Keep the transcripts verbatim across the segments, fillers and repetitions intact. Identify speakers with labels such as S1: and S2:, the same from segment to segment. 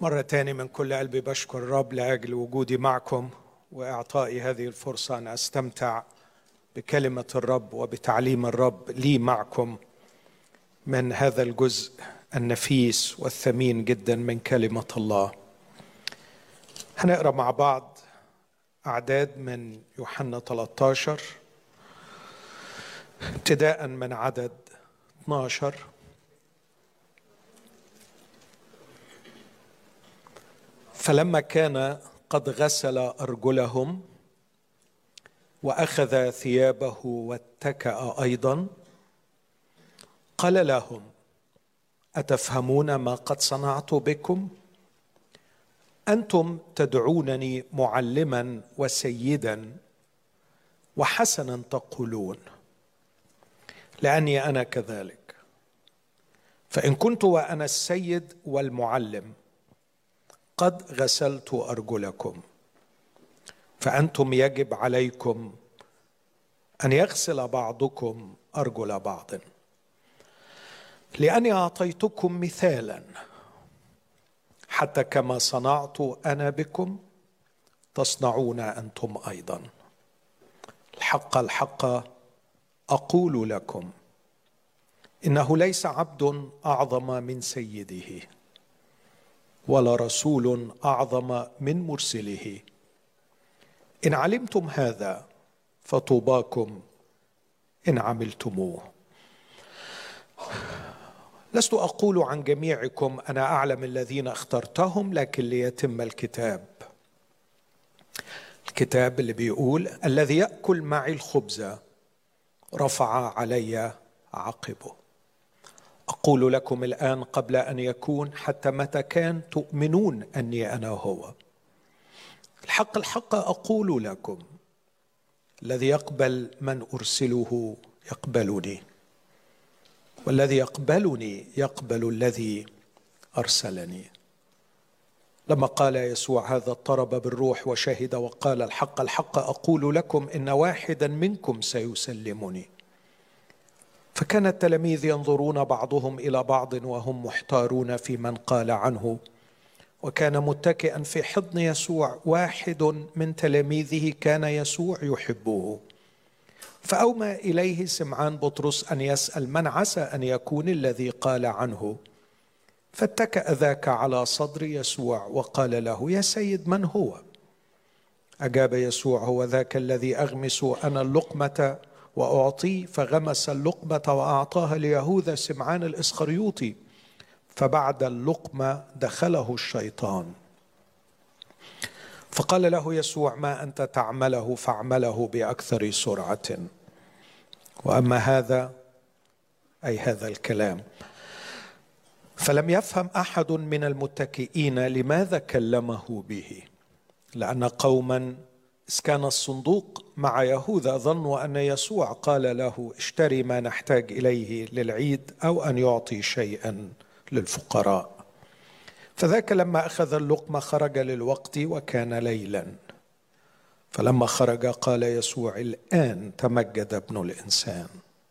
S1: مرة تاني من كل قلبي بشكر الرب لأجل وجودي معكم وإعطائي هذه الفرصة أن أستمتع بكلمة الرب وبتعليم الرب لي معكم من هذا الجزء النفيس والثمين جدا من كلمة الله. هنقرأ مع بعض أعداد من يوحنا ثلاثة عشر ابتداء من عدد اثني عشر. فلما كان قد غسل أرجلهم وأخذ ثيابه واتكأ أيضا قال لهم: أتفهمون ما قد صنعت بكم؟ أنتم تدعونني معلما وسيدا، وحسنا تقولون، لأني أنا كذلك. فإن كنت وأنا السيد والمعلم قد غسلت أرجلكم، فأنتم يجب عليكم أن يغسل بعضكم أرجل بعض، لأني أعطيتكم مثالا حتى كما صنعت أنا بكم تصنعون أنتم أيضا. الحق الحق أقول لكم، إنه ليس عبد أعظم من سيده، ولا رسول أعظم من مرسله. إن علمتم هذا فطوباكم إن عملتموه. لست أقول عن جميعكم أنا أعلم الذين اخترتهم، لكن ليتم الكتاب. الكتاب اللي بيقول: الذي يأكل معي الخبز رفع علي عقبه. أقول لكم الآن قبل أن يكون، حتى متى كان تؤمنون أني أنا هو. الحق الحق أقول لكم، الذي يقبل من أرسله يقبلني، والذي يقبلني يقبل الذي أرسلني. لما قال يسوع هذا اضطرب بالروح وشهد وقال: الحق الحق أقول لكم إن واحدا منكم سيسلمني. فكان التلاميذ ينظرون بعضهم إلى بعض وهم محتارون في من قال عنه. وكان متكئا في حضن يسوع واحد من تلاميذه كان يسوع يحبه، فأومى إليه سمعان بطرس أن يسأل: من عسى أن يكون الذي قال عنه؟ فاتكأ ذاك على صدر يسوع وقال له: يا سيد، من هو؟ أجاب يسوع: هو ذاك الذي أغمس أنا اللقمة وأعطيه. فغمس اللقمة وأعطاها ليهوذا سمعان الإسخريوطي. فبعد اللقمة دخله الشيطان. فقال له يسوع: ما أنت تعمله فاعمله بأكثر سرعة. وأما هذا، أي هذا الكلام، فلم يفهم أحد من المتكئين لماذا كلمه به، لأن قوما إذ كان الصندوق مع يهوذا ظنوا أن يسوع قال له: اشتري ما نحتاج إليه للعيد، أو أن يعطي شيئا للفقراء. فذاك لما أخذ اللقمة خرج للوقت وكان ليلا. فلما خرج قال يسوع: الآن تمجد ابن الإنسان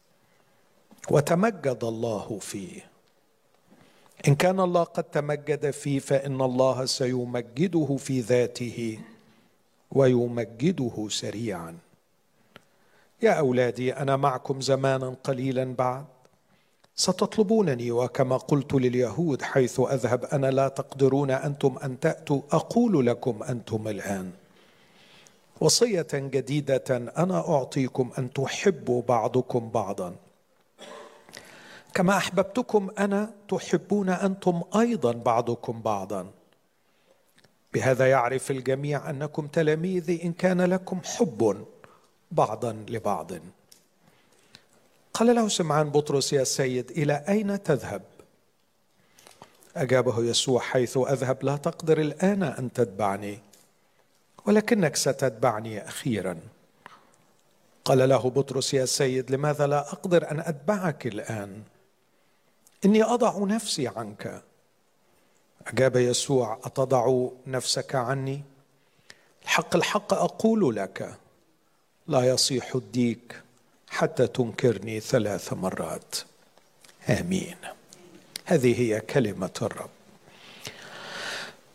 S1: وتمجد الله فيه. إن كان الله قد تمجد فيه، فإن الله سيمجده في ذاته ويمجده سريعا. يا أولادي، أنا معكم زمانا قليلا بعد، ستطلبونني، وكما قلت لليهود: حيث أذهب أنا لا تقدرون أنتم أن تأتوا. أقول لكم أنتم الآن وصية جديدة أنا أعطيكم، أن تحبوا بعضكم بعضا. كما أحببتكم أنا تحبون أنتم أيضا بعضكم بعضا. بهذا يعرف الجميع أنكم تلاميذي، إن كان لكم حب بعضا لبعض. قال له سمعان بطرس: يا سيد، إلى أين تذهب؟ أجابه يسوع: حيث أذهب لا تقدر الآن أن تتبعني، ولكنك ستتبعني أخيرا. قال له بطرس: يا سيد، لماذا لا أقدر أن أتبعك الآن؟ إني أضع نفسي عنك. أجاب يسوع: أتضع نفسك عني؟ الحق الحق أقول لك، لا يصيح الديك حتى تنكرني ثلاث مرات. آمين. هذه هي كلمة الرب.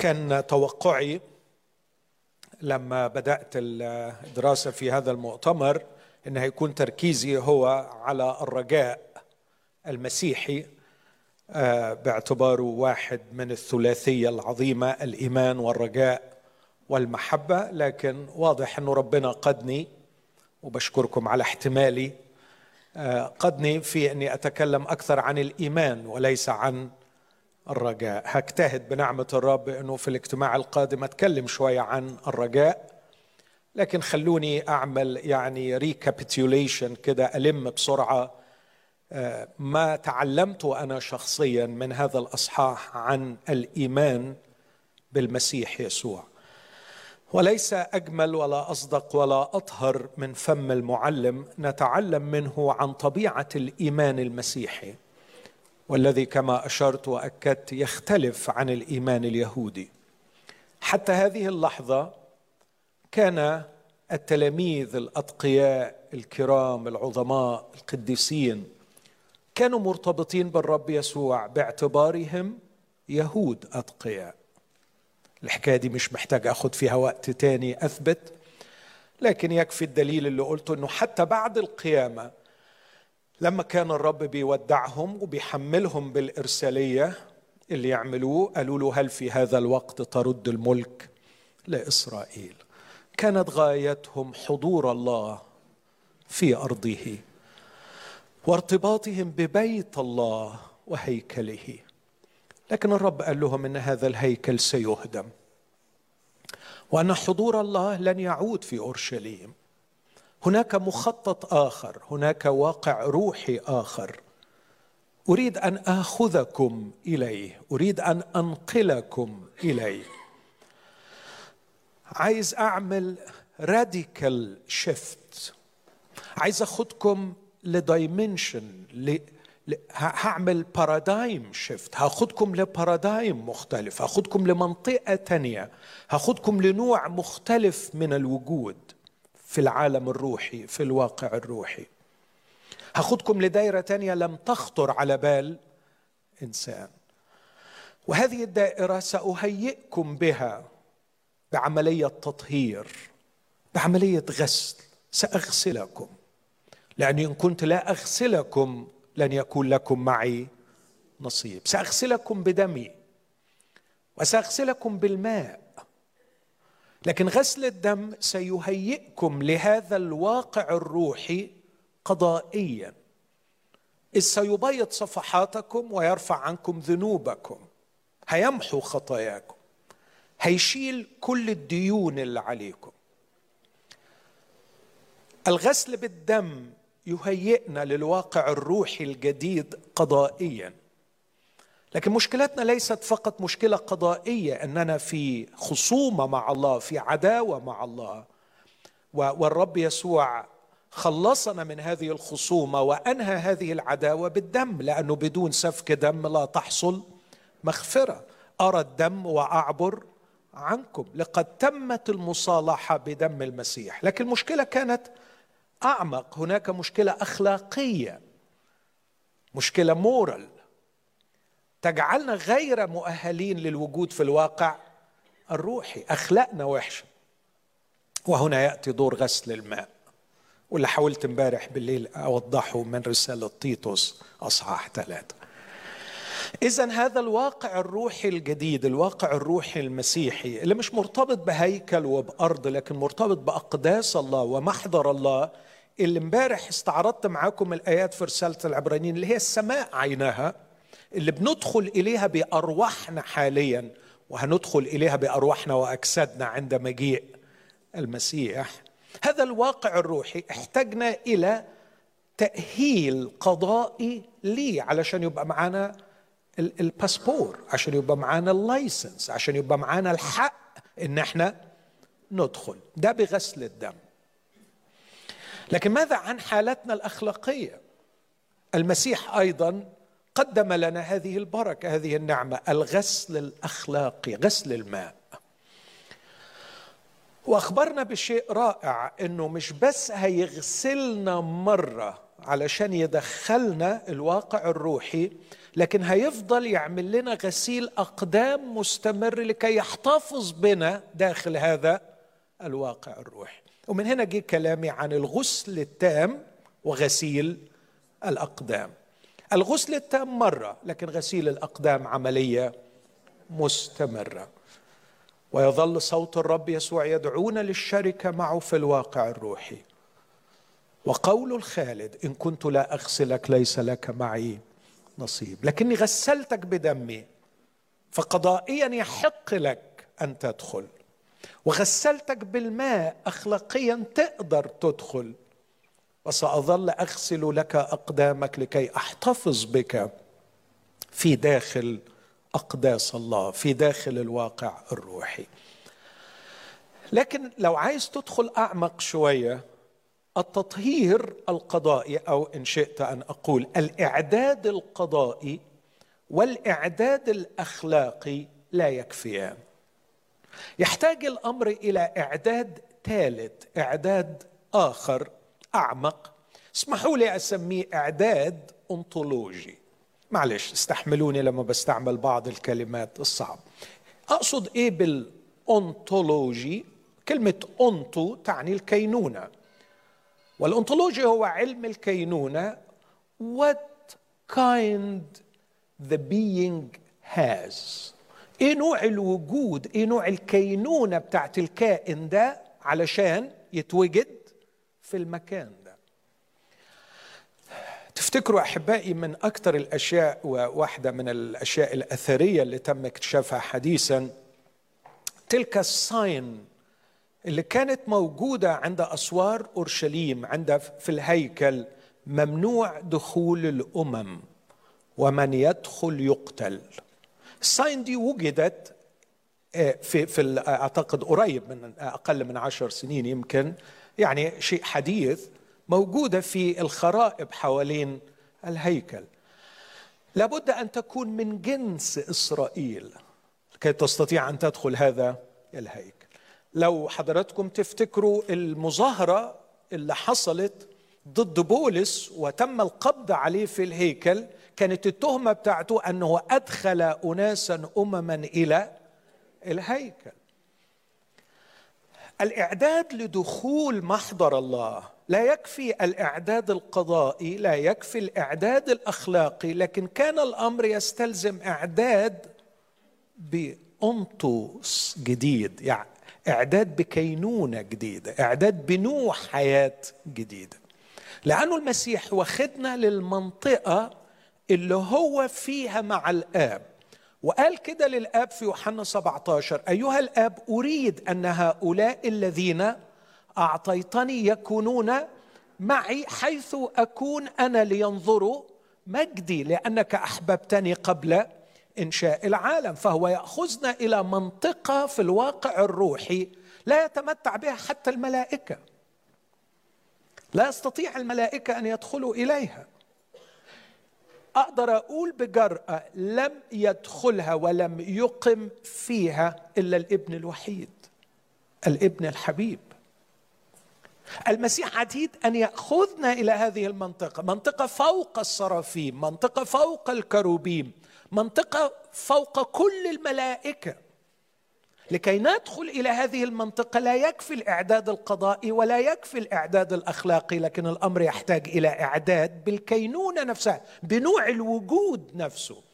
S1: كان توقعي لما بدأت الدراسة في هذا المؤتمر إن هيكون تركيزي هو على الرجاء المسيحي باعتباره واحد من الثلاثية العظيمة، الإيمان والرجاء والمحبة. لكن واضح أنه ربنا قدني، وبشكركم على احتمالي، قدني في أني أتكلم أكثر عن الإيمان وليس عن الرجاء. هجتهد بنعمة الرب أنه في الاجتماع القادم أتكلم شوية عن الرجاء، لكن خلوني أعمل يعني ريكابيتيوليشن كده، ألم بسرعة ما تعلمته أنا شخصيا من هذا الأصحاح عن الإيمان بالمسيح يسوع. وليس أجمل ولا أصدق ولا أطهر من فم المعلم نتعلم منه عن طبيعة الإيمان المسيحي، والذي كما أشرت وأكدت يختلف عن الإيمان اليهودي. حتى هذه اللحظة كان التلاميذ الأتقياء الكرام العظماء القديسين كانوا مرتبطين بالرب يسوع باعتبارهم يهود أتقياء. الحكاية دي مش محتاج أخذ فيها وقت تاني أثبت، لكن يكفي الدليل اللي قلته أنه حتى بعد القيامة لما كان الرب بيودعهم وبيحملهم بالإرسالية اللي يعملوه، قالوا له هل في هذا الوقت ترد الملك لإسرائيل؟ كانت غايتهم حضور الله في أرضه وارتباطهم ببيت الله وهيكله. لكن الرب قال لهم إن هذا الهيكل سيهدم، وأن حضور الله لن يعود في أورشليم. هناك مخطط آخر، هناك واقع روحي آخر أريد أن آخذكم إليه، أريد أن أنقلكم إليه. عايز أعمل راديكال شيفت، عايز أخذكم لدايمنشن، ل... ل... هعمل بارادايم شيفت، هاخدكم لبارادايم مختلف، هاخدكم لمنطقة تانية، هاخدكم لنوع مختلف من الوجود في العالم الروحي، في الواقع الروحي. هاخدكم لدائرة تانية لم تخطر على بال إنسان، وهذه الدائرة سأهيئكم بها بعملية تطهير، بعملية غسل. سأغسلكم، لأني إن كنت لا أغسلكم لن يكون لكم معي نصيب. سأغسلكم بدمي وسأغسلكم بالماء، لكن غسل الدم سيهيئكم لهذا الواقع الروحي قضائيا، إذ سيبيض صفحاتكم ويرفع عنكم ذنوبكم، هيمحو خطاياكم، هيشيل كل الديون اللي عليكم. الغسل بالدم يهيئنا للواقع الروحي الجديد قضائيا. لكن مشكلتنا ليست فقط مشكلة قضائية، أننا في خصومة مع الله، في عداوة مع الله، والرب يسوع خلصنا من هذه الخصومة وأنهى هذه العداوة بالدم، لأنه بدون سفك دم لا تحصل مغفرة. أرى الدم وأعبر عنكم، لقد تمت المصالحة بدم المسيح. لكن المشكلة كانت أعمق، هناك مشكلة أخلاقية، مشكلة مورال تجعلنا غير مؤهلين للوجود في الواقع الروحي. أخلاقنا وحشة، وهنا يأتي دور غسل الماء، واللي حاولت امبارح بالليل أوضحه من رسالة تيتوس أصحاح ثلاثة. إذن هذا الواقع الروحي الجديد، الواقع الروحي المسيحي اللي مش مرتبط بهيكل وبأرض، لكن مرتبط بأقداس الله ومحضر الله، اللي امبارح استعرضت معاكم الآيات في رسالة العبرانيين اللي هي السماء عينها، اللي بندخل إليها بأرواحنا حاليا، وهندخل إليها بأرواحنا وأجسادنا عند مجيء المسيح. هذا الواقع الروحي احتاجنا إلى تأهيل قضائي ليه، علشان يبقى معانا الباسبور، عشان يبقى معانا اللايسنس، عشان يبقى معانا الحق ان احنا ندخل. ده بغسل الدم. لكن ماذا عن حالتنا الأخلاقية؟ المسيح أيضا قدم لنا هذه البركة، هذه النعمة، الغسل الأخلاقي، غسل الماء. وأخبرنا بشيء رائع، أنه مش بس هيغسلنا مرة علشان يدخلنا الواقع الروحي، لكن هيفضل يعمل لنا غسيل أقدام مستمر لكي يحتفظ بنا داخل هذا الواقع الروحي. ومن هنا جه كلامي عن الغسل التام وغسيل الأقدام. الغسل التام مرة، لكن غسيل الأقدام عملية مستمرة. ويظل صوت الرب يسوع يدعونا للشركة معه في الواقع الروحي، وقول الخالد: إن كنت لا أغسلك ليس لك معي نصيب، لكني غسلتك بدمي فقضائيا يحق لك أن تدخل، وغسلتك بالماء أخلاقيا تقدر تدخل، وسأظل أغسل لك أقدامك لكي أحتفظ بك في داخل أقداس الله، في داخل الواقع الروحي. لكن لو عايز تدخل أعمق شوية، التطهير القضائي، أو إن شئت أن أقول الإعداد القضائي والإعداد الأخلاقي لا يكفيان. يحتاج الأمر إلى إعداد ثالث، إعداد آخر أعمق، اسمحوا لي أسميه إعداد أنطولوجي. معلش استحملوني لما بستعمل بعض الكلمات الصعبة. أقصد إيه بالأنطولوجي؟ كلمة أنطو تعني الكينونة، والأنطولوجي هو علم الكينونة. What kind the being has، إيه نوع الوجود، إيه نوع الكينونة بتاعت الكائن ده علشان يتوجد في المكان ده. تفتكروا أحبائي من أكثر الأشياء، وواحدة من الأشياء الأثرية اللي تم اكتشافها حديثا، تلك الساين اللي كانت موجودة عند أسوار أورشليم، عند في الهيكل: ممنوع دخول الأمم ومن يدخل يقتل. الساين دي وجدت في في أعتقد قريب من أقل من عشر سنين يمكن، يعني شيء حديث، موجودة في الخرائب حوالين الهيكل. لابد أن تكون من جنس إسرائيل كي تستطيع أن تدخل هذا الهيكل. لو حضراتكم تفتكروا المظاهرة اللي حصلت ضد بولس وتم القبض عليه في الهيكل، كانت التهمة بتاعته أنه أدخل أناسا أمما إلى الهيكل. الإعداد لدخول محضر الله لا يكفي الإعداد القضائي، لا يكفي الإعداد الأخلاقي، لكن كان الأمر يستلزم إعداد بأنطوس جديد، يعني إعداد بكينونة جديدة، إعداد بنوع حياة جديدة. لأنه المسيح واخدنا للمنطقة اللي هو فيها مع الآب، وقال كده للآب في يوحنا سبعة عشر: أيها الآب، أريد أن هؤلاء الذين أعطيتني يكونون معي حيث أكون أنا لينظروا مجدي، لأنك أحببتني قبل إنشاء العالم. فهو يأخذنا إلى منطقة في الواقع الروحي لا يتمتع بها حتى الملائكة، لا يستطيع الملائكة أن يدخلوا إليها. أقدر أقول بجرأة لم يدخلها ولم يقم فيها إلا الابن الوحيد، الابن الحبيب. المسيح عتيد أن يأخذنا إلى هذه المنطقة، منطقة فوق السرافيم، منطقة فوق الكروبيم، منطقة فوق كل الملائكة. لكي ندخل إلى هذه المنطقة لا يكفي الإعداد القضائي ولا يكفي الإعداد الأخلاقي، لكن الأمر يحتاج إلى إعداد بالكينونة نفسها، بنوع الوجود نفسه.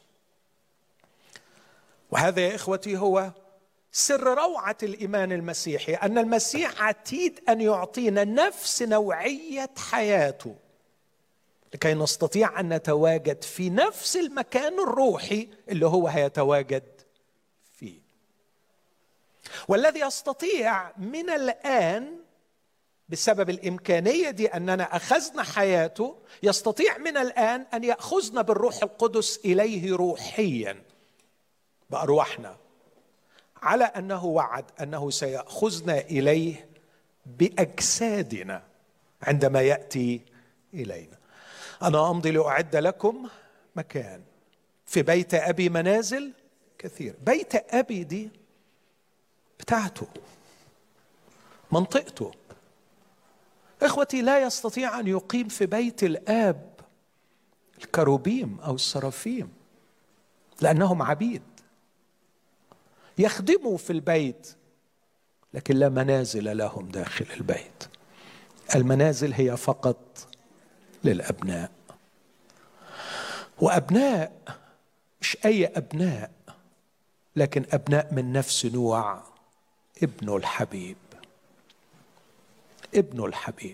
S1: وهذا يا إخوتي هو سر روعة الإيمان المسيحي، أن المسيح عتيد أن يعطينا نفس نوعية حياته لكي نستطيع أن نتواجد في نفس المكان الروحي اللي هو هيتواجد فيه. والذي يستطيع من الآن بسبب الإمكانية دي أننا أخذنا حياته، يستطيع من الآن أن يأخذنا بالروح القدس إليه روحيا بأرواحنا، على أنه وعد أنه سيأخذنا إليه بأجسادنا عندما يأتي إلينا. أنا أمضي لأعد لكم مكان، في بيت أبي منازل كثير. بيت أبي دي بتاعته، منطقته، إخوتي، لا يستطيع أن يقيم في بيت الآب الكروبيم أو السرافيم لأنهم عبيد، يخدموا في البيت لكن لا منازل لهم داخل البيت. المنازل هي فقط للأبناء، وأبناء مش أي أبناء، لكن أبناء من نفس نوع ابنه الحبيب. ابنه الحبيب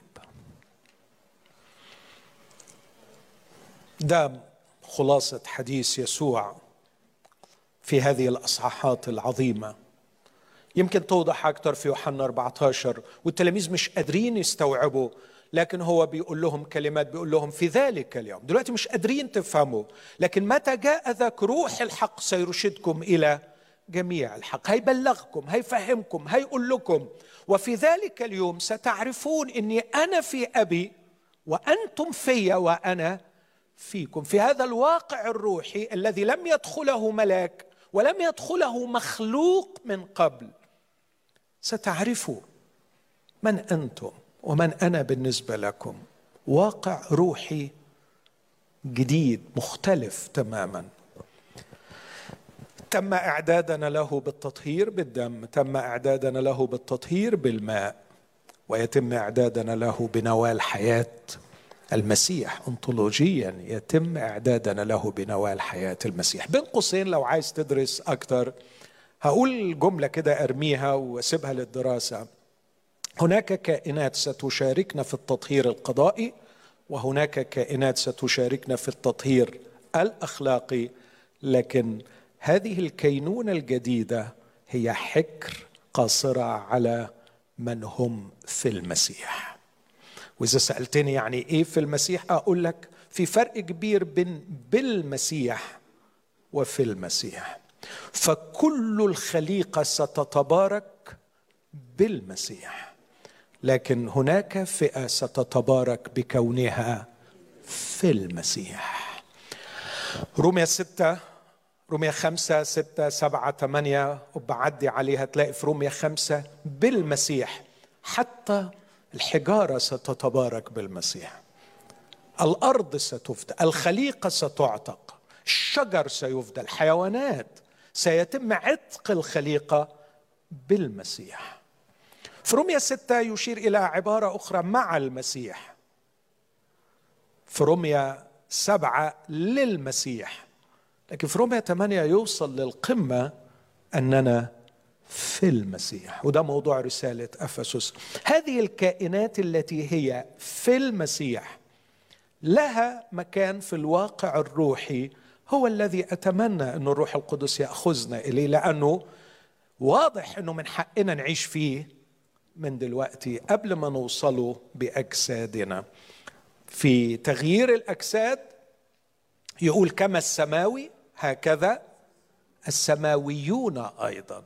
S1: ده خلاصة حديث يسوع في هذه الأصحاحات العظيمة. يمكن توضح أكثر في يوحنا أربعة عشر، والتلاميذ مش قادرين يستوعبوا، لكن هو بيقول لهم كلمات، بيقول لهم في ذلك اليوم. دلوقتي مش قادرين تفهموا، لكن متى جاء ذاك روح الحق سيرشدكم إلى جميع الحق، هيبلغكم، هيفهمكم، هيقول لكم. وفي ذلك اليوم ستعرفون أني أنا في أبي وأنتم في وأنا فيكم. في هذا الواقع الروحي الذي لم يدخله ملاك ولم يدخله مخلوق من قبل، ستعرفوا من أنتم ومن أنا بالنسبة لكم. واقع روحي جديد مختلف تماما. تم إعدادنا له بالتطهير بالدم، تم إعدادنا له بالتطهير بالماء، ويتم إعدادنا له بنوال حياة المسيح. أنطولوجيا يتم إعدادنا له بنوال حياة المسيح. بين قوسين لو عايز تدرس أكتر هقول جملة كده أرميها وأسيبها للدراسة. هناك كائنات ستشاركنا في التطهير القضائي، وهناك كائنات ستشاركنا في التطهير الأخلاقي، لكن هذه الكينونة الجديدة هي حكر قاصرة على من هم في المسيح. وإذا سألتني يعني إيه في المسيح، أقول لك في فرق كبير بين بالمسيح وفي المسيح. فكل الخليقة ستتبارك بالمسيح، لكن هناك فئة ستتبارك بكونها في المسيح. رومية ستة، رومية خمسة، ستة، سبعة، ثمانية، وبعدي عليها تلاقي في رومية خمسة بالمسيح حتى الحجارة ستتبارك بالمسيح، الأرض ستفدى، الخليقة ستعتق، الشجر سيفدى، الحيوانات سيتم عتق الخليقة بالمسيح. في رومية ستة يشير إلى عبارة أخرى مع المسيح، في رومية سبعة للمسيح، لكن في رومية ثمانية يوصل للقمة أننا في المسيح. وده موضوع رسالة أفسس. هذه الكائنات التي هي في المسيح لها مكان في الواقع الروحي، هو الذي أتمنى أن الروح القدس يأخذنا إليه، لأنه واضح أنه من حقنا نعيش فيه من دلوقتي قبل ما نوصله بأجسادنا. في تغيير الأجساد يقول كما السماوي هكذا السماويون أيضا،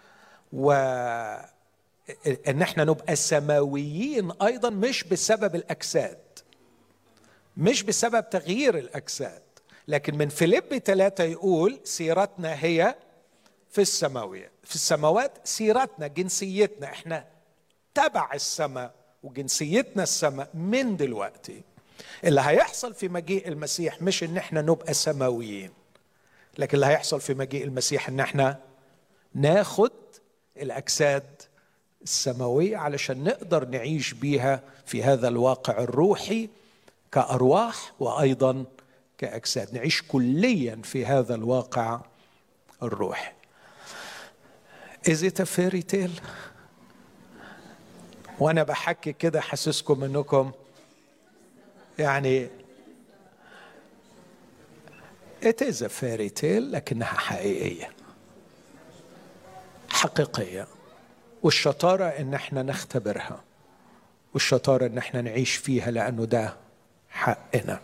S1: وإن احنا نبقى سماويين أيضا مش بسبب الأجساد، مش بسبب تغيير الأجساد، لكن من فيليبي ثلاثة يقول سيرتنا هي في السماوية، في السماوات. سيرتنا جنسيتنا احنا تبع السماء وجنسيتنا السماء من دلوقتي. اللي هيحصل في مجيء المسيح مش ان احنا نبقى سماويين، لكن اللي هيحصل في مجيء المسيح ان احنا ناخد الأجساد السماوية علشان نقدر نعيش بيها في هذا الواقع الروحي كأرواح وأيضا كأجساد، نعيش كليا في هذا الواقع الروحي. Is it a fairy tale؟ وأنا بحكي كده حسسكم أنكم يعني it is a fairy tale، لكنها حقيقية حقيقية، والشطارة إن احنا نختبرها، والشطارة إن احنا نعيش فيها، لأنه ده حقنا.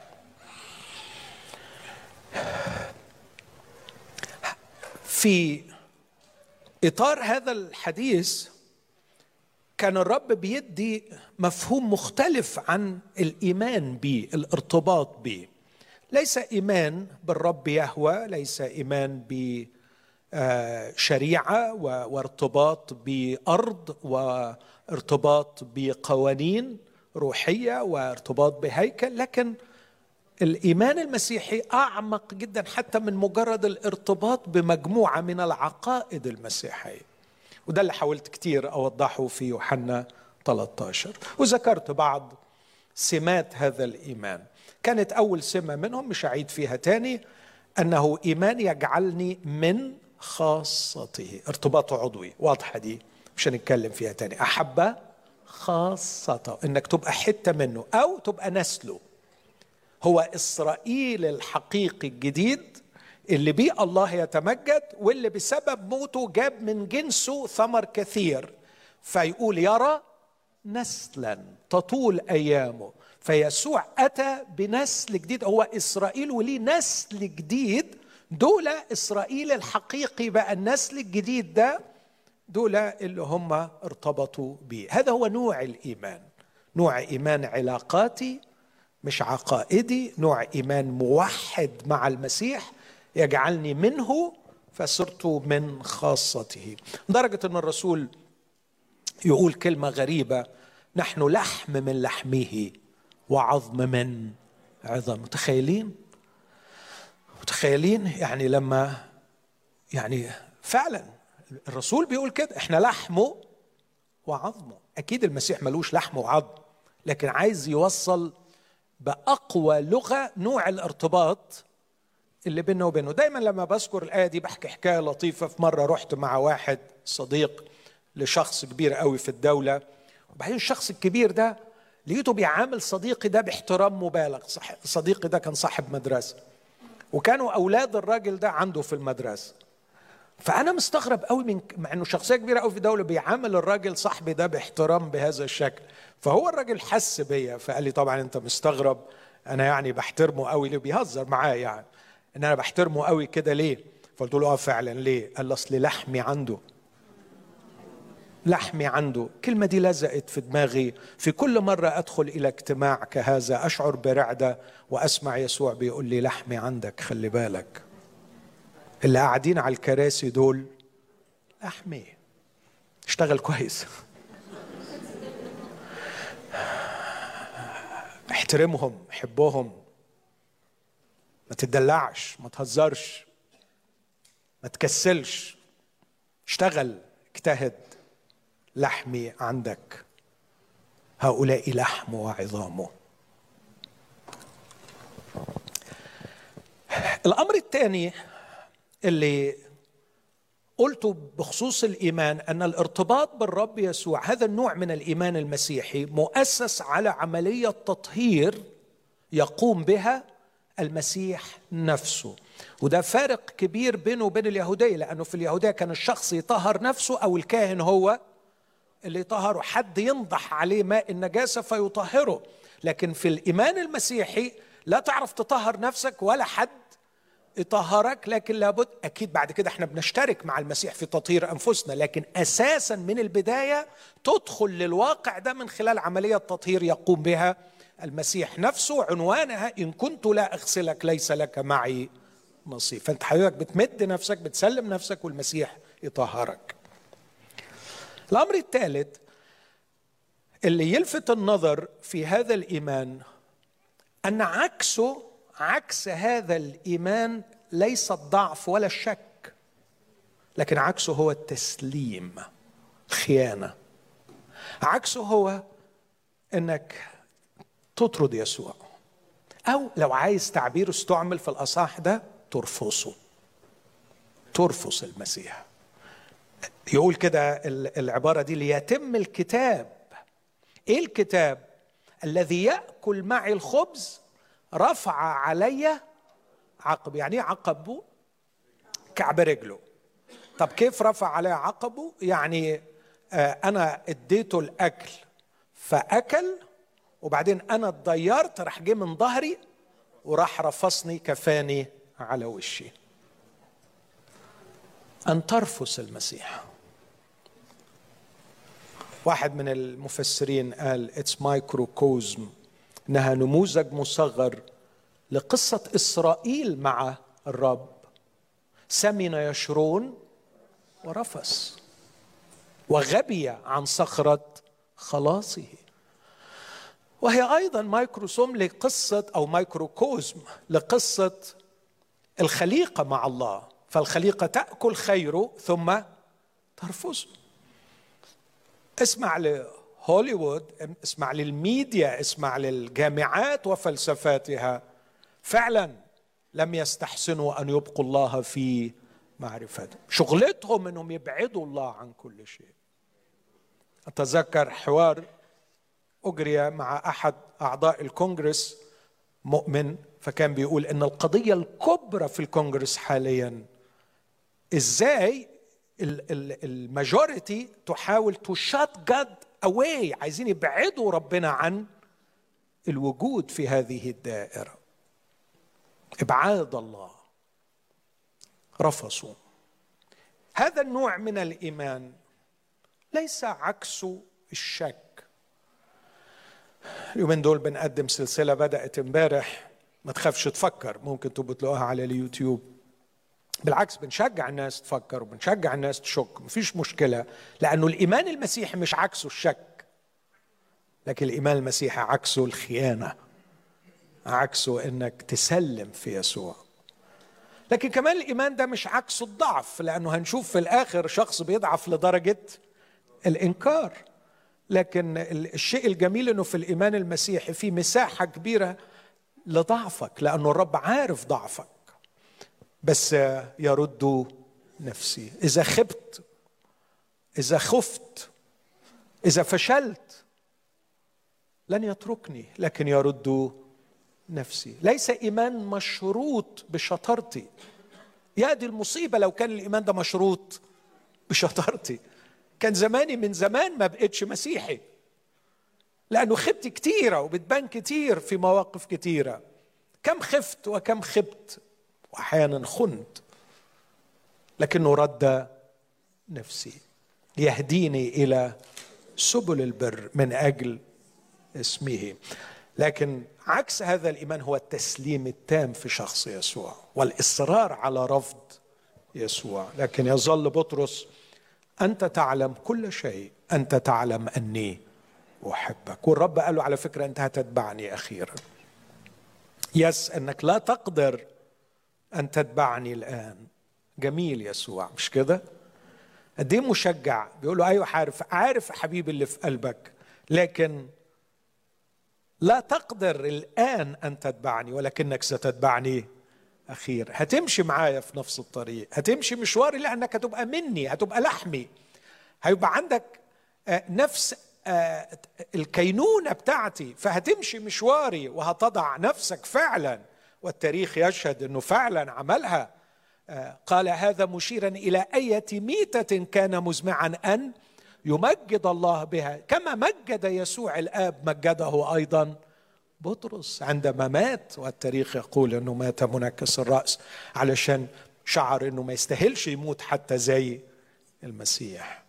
S1: في إطار هذا الحديث كان الرب بيدي مفهوم مختلف عن الإيمان به، الارتباط به. ليس إيمان بالرب يهوه، ليس إيمان شريعة وارتباط بأرض وارتباط بقوانين روحية وارتباط بهيكل، لكن الإيمان المسيحي أعمق جدا حتى من مجرد الارتباط بمجموعة من العقائد المسيحية. وده اللي حاولت كتير أوضحه في يوحنا ثلاثة عشر، وذكرت بعض سمات هذا الإيمان. كانت أول سمة منهم مش هعيد فيها تاني، أنه إيمان يجعلني من خاصته، ارتباط عضوي، واضحة دي مش هنتكلم فيها تاني. أحب خاصته، إنك تبقى حتة منه أو تبقى نسله. هو إسرائيل الحقيقي الجديد اللي بيه الله يتمجد، واللي بسبب موته جاب من جنسه ثمر كثير، فيقول يرى نسلا تطول أيامه. فيسوع أتى بنسل جديد، هو إسرائيل وليه نسل جديد. دول إسرائيل الحقيقي بقى، النسل الجديد ده دول اللي هم ارتبطوا به. هذا هو نوع الإيمان، نوع إيمان علاقاتي مش عقائدي، نوع إيمان موحد مع المسيح يجعلني منه فصرت من خاصته. لدرجة أن الرسول يقول كلمة غريبة: نحن لحم من لحمه وعظم من عظم. متخيلين؟ متخيلين يعني لما يعني فعلا الرسول بيقول كده، احنا لحمه وعظمه. اكيد المسيح ملوش لحم وعظم، لكن عايز يوصل بأقوى لغة نوع الارتباط اللي بينه وبينه. دايما لما بذكر الآية دي بحكي حكاية لطيفة. في مرة رحت مع واحد صديق لشخص كبير قوي في الدولة، وبعدين الشخص الكبير ده لقيته بيعامل صديقي ده باحترام مبالغ. صديقي ده كان صاحب مدرسة، وكانوا أولاد الراجل ده عنده في المدرسة. فأنا مستغرب قوي من مع إنه شخصية كبيرة قوي في الدولة بيعامل الراجل صاحبي ده باحترام بهذا الشكل. فهو الراجل حس بيا فقال لي: طبعا أنت مستغرب، أنا يعني بحترمه قوي ليه؟ بيهزر معايا يعني إن أنا بحترمه قوي كده ليه؟ فقلت له: آه فعلا ليه؟ قال لي: أصل لحمي عنده، لحمي عنده. الكلمة دي لزقت في دماغي. في كل مرة أدخل إلى اجتماع كهذا أشعر برعدة وأسمع يسوع بيقول لي: لحمي عندك، خلي بالك، اللي قاعدين على الكراسي دول لحمي، اشتغل كويس، احترمهم، حبهم، ما تدلعش، ما تهزرش، ما تكسلش، اشتغل، اجتهد، لحمي عندك، هؤلاء لحم وعظامه. الأمر الثاني اللي قلته بخصوص الإيمان أن الارتباط بالرب يسوع، هذا النوع من الإيمان المسيحي مؤسس على عملية تطهير يقوم بها المسيح نفسه. وده فارق كبير بينه وبين اليهودية، لأنه في اليهودية كان الشخص يطهر نفسه أو الكاهن هو اللي يطهره، حد ينضح عليه ماء النجاسة فيطهره. لكن في الإيمان المسيحي لا تعرف تطهر نفسك ولا حد يطهرك، لكن لابد أكيد بعد كده احنا بنشترك مع المسيح في تطهير أنفسنا، لكن أساسا من البداية تدخل للواقع ده من خلال عملية تطهير يقوم بها المسيح نفسه، عنوانها: إن كنت لا أغسلك ليس لك معي نصيب. فأنت حضرتك بتمد نفسك، بتسلم نفسك، والمسيح يطهرك. الأمر الثالث اللي يلفت النظر في هذا الإيمان أن عكسه، عكس هذا الإيمان ليس الضعف ولا الشك، لكن عكسه هو التسليم، خيانة. عكسه هو أنك تطرد يسوع، أو لو عايز تعبير استعمل في الأصح ده، ترفصه، ترفص المسيح. يقول كده العبارة دي: ليتم الكتاب. إيه الكتاب؟ الذي يأكل معي الخبز رفع علي عقب. يعني ايه عقبه؟ كعب رجله. طب كيف رفع علي عقبه؟ يعني آه أنا اديته الأكل فأكل، وبعدين أنا اتضيرت، راح جه من ظهري وراح رفصني، كفاني على وشي. أن ترفص المسيح. واحد من المفسرين قال اتس مايكروكوزم، انها نموذج مصغر لقصة إسرائيل مع الرب. سمن يشرون ورفس وغبي عن صخرة خلاصه. وهي أيضا مايكروسوم لقصة أو مايكروكوزم لقصة الخليقة مع الله. فالخليقة تأكل خيره ثم ترفضه. اسمع لهوليوود، اسمع للميديا، اسمع للجامعات وفلسفاتها، فعلا لم يستحسنوا أن يبقوا الله في معرفته. شغلتهم أنهم يبعدوا الله عن كل شيء. أتذكر حوار أجري مع أحد أعضاء الكونغرس مؤمن، فكان بيقول إن القضية الكبرى في الكونغرس حاليا إزاي الماجوريتي تحاول تشات جاد أواي، عايزين يبعدوا ربنا عن الوجود في هذه الدائرة. إبعاد الله، رفضوا. هذا النوع من الإيمان ليس عكسه الشك. اليومين دول بنقدم سلسلة بدأت امبارح، ما تخافش تفكر، ممكن تبقوا تلاقوها على اليوتيوب. بالعكس بنشجع الناس تفكر وبنشجع الناس تشك، مفيش مشكلة، لأنه الإيمان المسيحي مش عكسه الشك، لكن الإيمان المسيحي عكسه الخيانة، عكسه إنك تسلم في يسوع. لكن كمان الإيمان ده مش عكسه الضعف، لأنه هنشوف في الآخر شخص بيضعف لدرجة الإنكار. لكن الشيء الجميل إنه في الإيمان المسيحي في مساحة كبيرة لضعفك، لأنه الرب عارف ضعفك، بس يرد نفسي. إذا خبت، إذا خفت، إذا فشلت، لن يتركني، لكن يرد نفسي. ليس إيمان مشروط بشطارتي. يا دي المصيبة لو كان الإيمان ده مشروط بشطارتي، كان زماني من زمان ما بقتش مسيحي، لأنه خبت كتيرة وبتبان كتير في مواقف كتيرة. كم خفت وكم خبت، وأحيانا خنت، لكنه رد نفسي يهديني إلى سبل البر من أجل اسمه. لكن عكس هذا الإيمان هو التسليم التام في شخص يسوع والإصرار على رفض يسوع. لكن يظل بطرس: أنت تعلم كل شيء، أنت تعلم أني أحبك. والرب قال له: على فكرة أنت هتتبعني أخيرا. يس أنك لا تقدر أن تتبعني الآن. جميل يسوع، مش كده؟ قد ايه مشجع، بيقول له: أيوة عارف عارف حبيبي اللي في قلبك، لكن لا تقدر الآن أن تتبعني، ولكنك ستتبعني أخير. هتمشي معايا في نفس الطريق، هتمشي مشواري، لأنك هتبقى مني، هتبقى لحمي، هيبقى عندك نفس الكينونة بتاعتي، فهتمشي مشواري وهتضع نفسك فعلا. والتاريخ يشهد أنه فعلا عملها. قال هذا مشيرا إلى أية ميتة كان مزمعا أن يمجد الله بها، كما مجد يسوع الآب مجده أيضا بطرس عندما مات. والتاريخ يقول أنه مات منكس الرأس، علشان شعر أنه ما يستاهلش يموت حتى زي المسيح.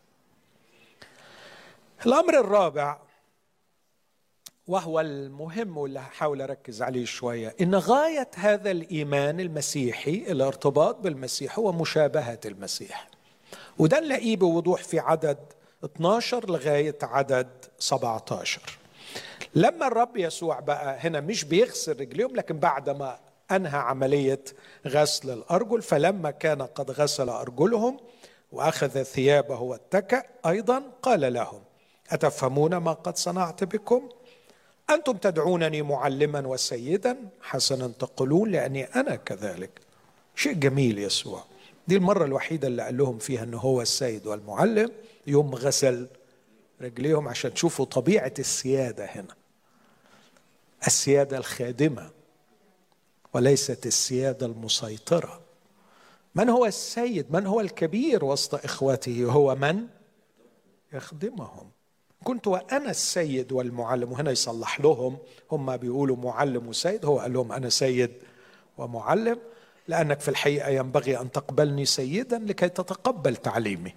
S1: الأمر الرابع وهو المهم واللي هحاول أركز عليه شوية، إن غاية هذا الإيمان المسيحي الارتباط بالمسيح هو مشابهة المسيح. وده نلاقيه بوضوح في عدد اثنا عشر لغاية عدد سبعة عشر. لما الرب يسوع بقى هنا مش بيغسل رجليهم، لكن بعدما أنهى عملية غسل الأرجل، فلما كان قد غسل أرجلهم وأخذ ثيابه واتكأ أيضا قال لهم: أتفهمون ما قد صنعت بكم؟ أنتم تدعونني معلما وسيدا، حسنا تقولون، لأني أنا كذلك. شيء جميل يسوع. دي المرة الوحيدة اللي قال لهم فيها أنه هو السيد والمعلم، يوم غسل رجليهم، عشان تشوفوا طبيعة السيادة هنا. السيادة الخادمة وليست السيادة المسيطرة. من هو السيد؟ من هو الكبير وسط إخوته؟ هو من يخدمهم. كنت وأنا السيد والمعلم. وهنا يصلح لهم، هم بيقولوا معلم وسيد، هو قال لهم أنا سيد ومعلم، لأنك في الحقيقة ينبغي أن تقبلني سيدا لكي تتقبل تعليمي.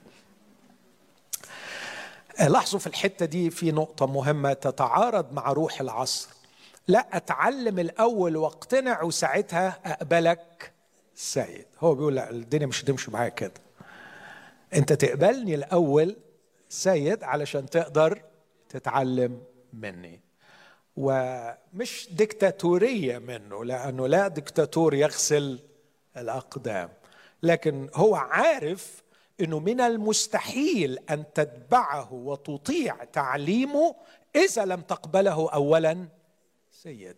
S1: لاحظوا في الحتة دي في نقطة مهمة تتعارض مع روح العصر. لا أتعلم الأول واقتنع وساعتها أقبلك سيد. هو بيقول لا، الدنيا مش هتمشي معايا كده. انت تقبلني الاول سيد علشان تقدر تتعلم مني. ومش ديكتاتورية منه، لأنه لا ديكتاتور يغسل الأقدام، لكن هو عارف أنه من المستحيل أن تتبعه وتطيع تعليمه إذا لم تقبله أولا سيدا.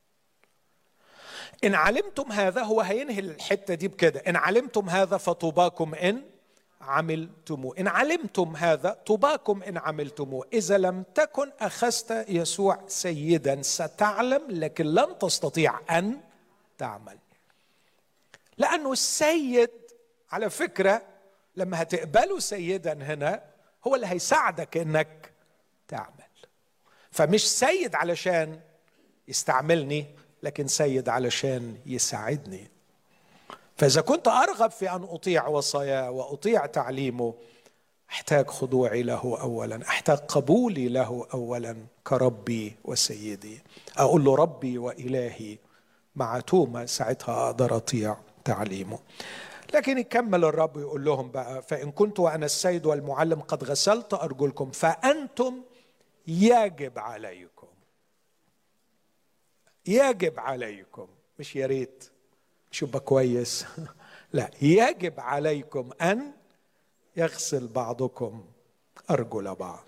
S1: إن علمتم هذا، هو هينهي الحتة دي بكده: إن علمتم هذا فطوباكم إن عملتموه. إن علمتم هذا طوباكم إن عملتموه. إذا لم تكن أخذت يسوع سيدا ستعلم، لكن لن تستطيع أن تعمل. لأنه السيد على فكرة لما هتقبله سيدا هنا هو اللي هيساعدك إنك تعمل. فمش سيد علشان يستعملني، لكن سيد علشان يساعدني. فإذا كنت أرغب في أن أطيع وصاياه وأطيع تعليمه، أحتاج خضوعي له أولا، أحتاج قبولي له أولا كربي وسيدي. أقول له ربي وإلهي مع توما، ساعتها أقدر أطيع تعليمه. لكن يكمل الرب يقول لهم بقى: فإن كنت وأنا السيد والمعلم قد غسلت أرجلكم فأنتم يجب عليكم. يجب عليكم، مش يا ريت مش يبقى كويس، لا، يجب عليكم أن يغسل بعضكم أرجل بعض.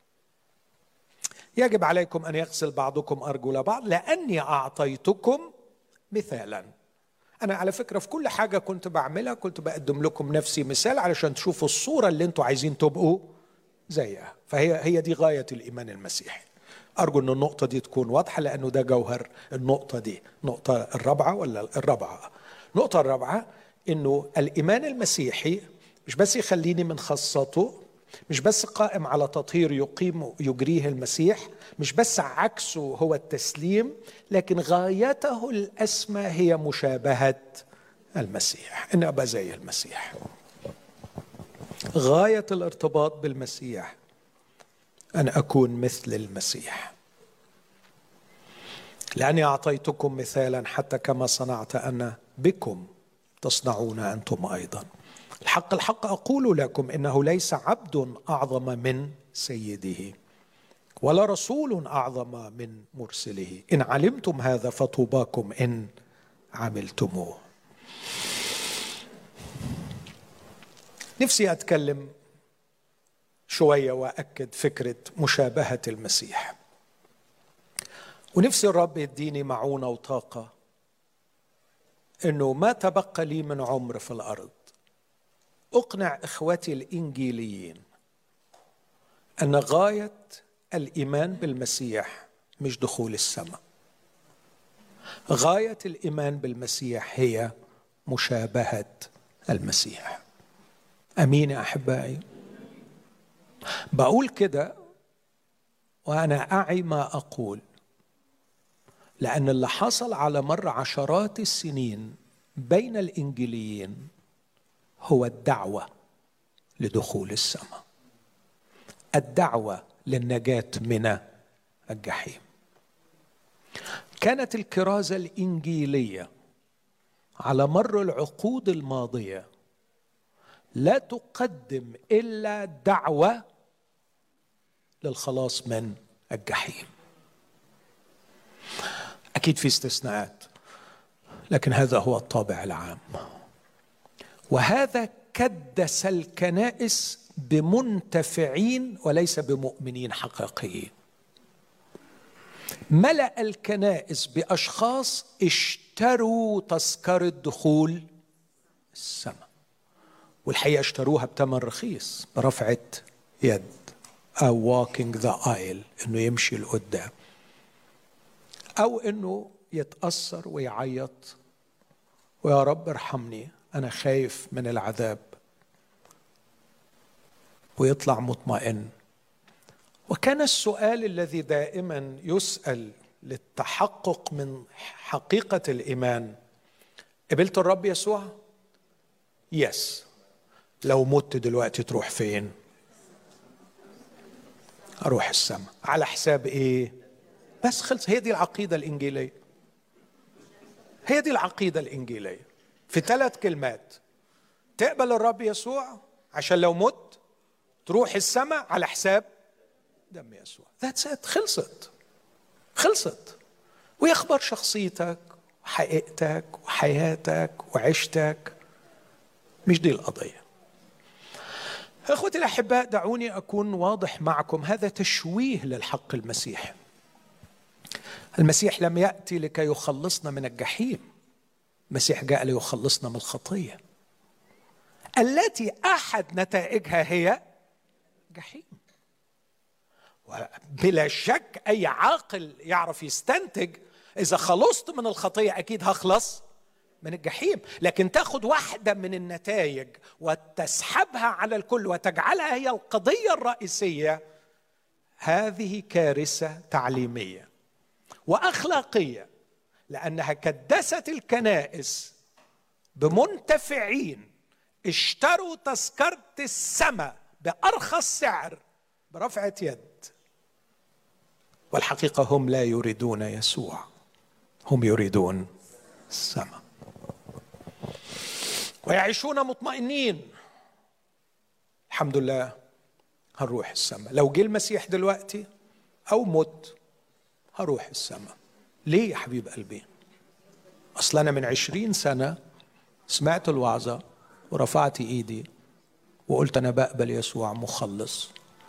S1: يجب عليكم أن يغسل بعضكم أرجل بعض لأني أعطيتكم مثالا. أنا على فكرة في كل حاجة كنت بعملها كنت بقدم لكم نفسي مثال علشان تشوفوا الصورة اللي انتوا عايزين تبقوا زيها. فهي هي دي غاية الإيمان المسيحي. أرجو أن النقطة دي تكون واضحة، لأنه ده جوهر النقطة دي. النقطة الرابعة ولا الرابعة النقطة الرابعة أنه الإيمان المسيحي مش بس يخليني من خاصته، مش بس قائم على تطهير يقيم يجريه المسيح، مش بس عكسه هو التسليم، لكن غايته الأسمى هي مشابهة المسيح، إن أبقى زي المسيح. غاية الارتباط بالمسيح أن أكون مثل المسيح. لأني أعطيتكم مثالا حتى كما صنعت أنا بكم تصنعون أنتم أيضا. الحق الحق أقول لكم إنه ليس عبد أعظم من سيده، ولا رسول أعظم من مرسله. إن علمتم هذا فطوباكم إن عملتموه. نفسي أتكلم شوية وأكد فكرة مشابهة المسيح، ونفسي الرب يديني معونة وطاقة إنه ما تبقى لي من عمر في الأرض أقنع إخوتي الإنجيليين أن غاية الإيمان بالمسيح مش دخول السماء. غاية الإيمان بالمسيح هي مشابهة المسيح. أمين يا أحبائي؟ بقول كده وأنا أعي ما أقول، لأن اللي حصل على مر عشرات السنين بين الإنجيليين هو الدعوة لدخول السماء، الدعوة للنجاة من الجحيم. كانت الكرازة الإنجيلية على مر العقود الماضية لا تقدم إلا دعوة للخلاص من الجحيم. أكيد في استثناءات، لكن هذا هو الطابع العام. وهذا كدس الكنائس بمنتفعين وليس بمؤمنين حقيقيين. ملأ الكنائس بأشخاص اشتروا تذكرة دخول السماء، والحقيقة اشتروها بثمن رخيص، برفعة يد أو walking the aisle، إنه يمشي لقدام، أو إنه يتأثر ويعيط ويا رب ارحمني أنا خايف من العذاب، ويطلع مطمئن. وكان السؤال الذي دائما يسأل للتحقق من حقيقة الإيمان: قبلت الرب يسوع؟ يس. لو مت دلوقتي تروح فين؟ أروح السماء. على حساب إيه؟ بس خلص. هي دي العقيدة الإنجيلية. هي دي العقيدة الإنجيلية في ثلاث كلمات: تقبل الرب يسوع عشان لو مت تروح السماء على حساب دم يسوع. That's it. خلصت خلصت. ويخبر شخصيتك وحقيقتك وحياتك وعيشتك، مش دي القضية. اخوتي الاحباء، دعوني اكون واضح معكم، هذا تشويه للحق المسيحي. المسيح لم يأتي لكي يخلصنا من الجحيم، المسيح جاء ليخلصنا من الخطية التي أحد نتائجها هي جحيم. وبلا شك أي عاقل يعرف يستنتج إذا خلصت من الخطية أكيد هخلص من الجحيم. لكن تاخد واحدة من النتائج وتسحبها على الكل وتجعلها هي القضية الرئيسية، هذه كارثة تعليمية وأخلاقية، لأنها كدست الكنائس بمنتفعين اشتروا تذكرة السماء بأرخص سعر برفعة يد، والحقيقة هم لا يريدون يسوع، هم يريدون السماء ويعيشون مطمئنين. الحمد لله هنروح السماء، لو جه المسيح دلوقتي أو مت هروح السماء. ليه يا حبيب قلبي؟ أصل أنا من عشرين سنة سمعت الوعظة ورفعت إيدي وقلت أنا بقبل يسوع مخلص،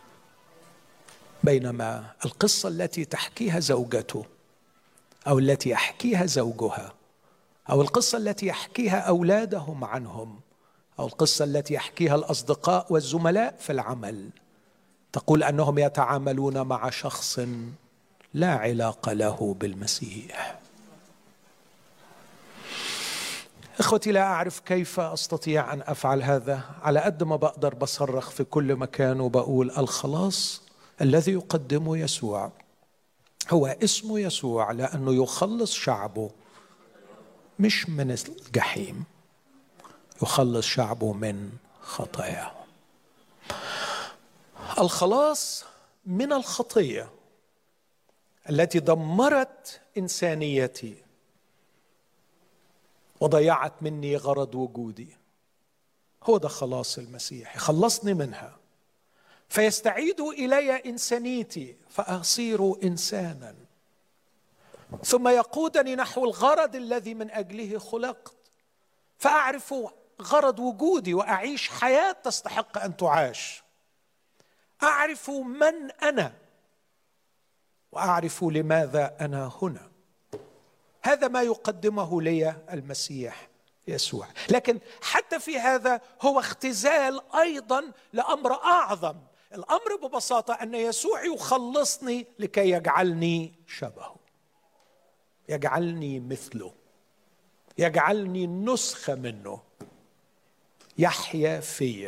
S1: بينما القصة التي تحكيها زوجته أو التي يحكيها زوجها أو القصة التي يحكيها أولادهم عنهم أو القصة التي يحكيها الأصدقاء والزملاء في العمل تقول أنهم يتعاملون مع شخص لا علاقة له بالمسيح. إخوتي، لا أعرف كيف أستطيع أن أفعل هذا، على قد ما بقدر بصرخ في كل مكان وبقول الخلاص الذي يقدمه يسوع هو اسمه يسوع، لأنه يخلص شعبه مش من الجحيم، يخلص شعبه من خطاياهم. الخلاص من الخطية التي دمرت إنسانيتي وضيعت مني غرض وجودي، هو ده خلاص المسيح، خلصني منها فيستعيد إلي إنسانيتي فأصير إنسانا، ثم يقودني نحو الغرض الذي من أجله خلقت، فأعرف غرض وجودي وأعيش حياة تستحق أن تعاش. أعرف من أنا وأعرف لماذا أنا هنا. هذا ما يقدمه لي المسيح يسوع. لكن حتى في هذا هو اختزال أيضا لأمر أعظم. الأمر ببساطة أن يسوع يخلصني لكي يجعلني شبهه، يجعلني مثله، يجعلني نسخة منه، يحيا في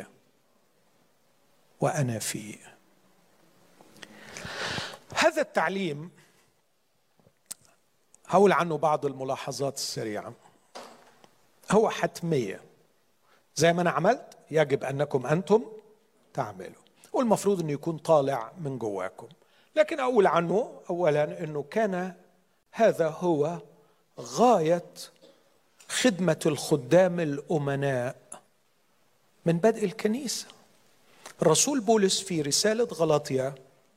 S1: وأنا فيه. هذا التعليم هقول عنه بعض الملاحظات السريعة. هو حتمية، زي ما أنا عملت يجب أنكم أنتم تعملوا، والمفروض أنه يكون طالع من جواكم. لكن أقول عنه أولا أنه كان هذا هو غاية خدمة الخدام الأمناء من بدء الكنيسة. الرسول بولس في رسالة غلاطيا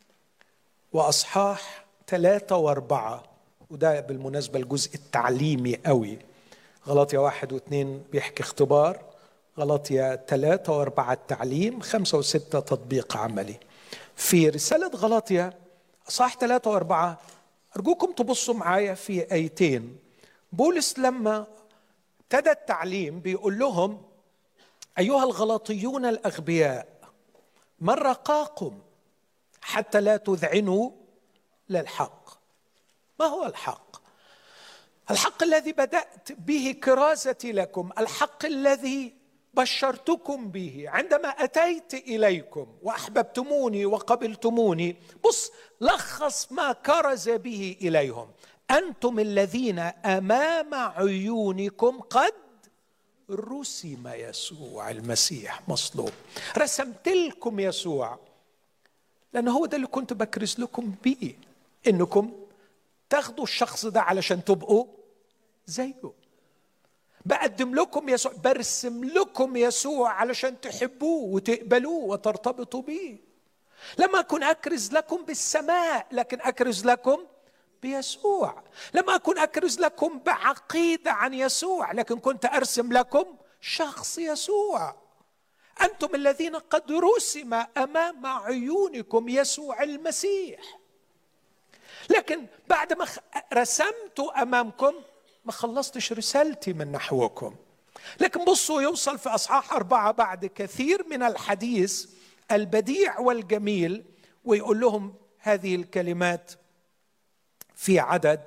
S1: وأصحاح ثلاثة وأربعة، وده بالمناسبة الجزء التعليمي قوي، غلاطيا واحد واثنين بيحكي اختبار، غلاطيا ثلاثة وأربعة التعليم، خمسة وستة تطبيق عملي. في رسالة غلاطيا أصحاح ثلاثة وأربعة أرجوكم تبصوا معايا في آيتين. بولس لما ابتدى التعليم بيقول لهم أيها الغلاطيون الأغبياء من رقاكم حتى لا تذعنوا للحق. ما هو الحق؟ الحق الذي بدأت به كرازتي لكم، الحق الذي بشرتكم به عندما أتيت إليكم وأحببتموني وقبلتموني. بص، لخص ما كرز به إليهم: أنتم الذين أمام عيونكم قد رسم يسوع المسيح مصلوب. رسمت لكم يسوع لأن هو ده اللي كنت بكرز لكم بيه، إنكم تاخدوا الشخص ده علشان تبقوا زيه. بقدم لكم يسوع، برسم لكم يسوع علشان تحبوه وتقبلوه وترتبطوا بيه. لم أكن أكرز لكم بالسماء لكن أكرز لكم بيسوع. لم أكن أكرز لكم بعقيدة عن يسوع لكن كنت أرسم لكم شخص يسوع. أنتم الذين قد رسم أمام عيونكم يسوع المسيح، لكن بعد ما رسمت أمامكم ما خلصتش رسالتي من نحوكم. لكن بصوا، يوصل في أصحاح أربعة بعد كثير من الحديث البديع والجميل ويقول لهم هذه الكلمات في عدد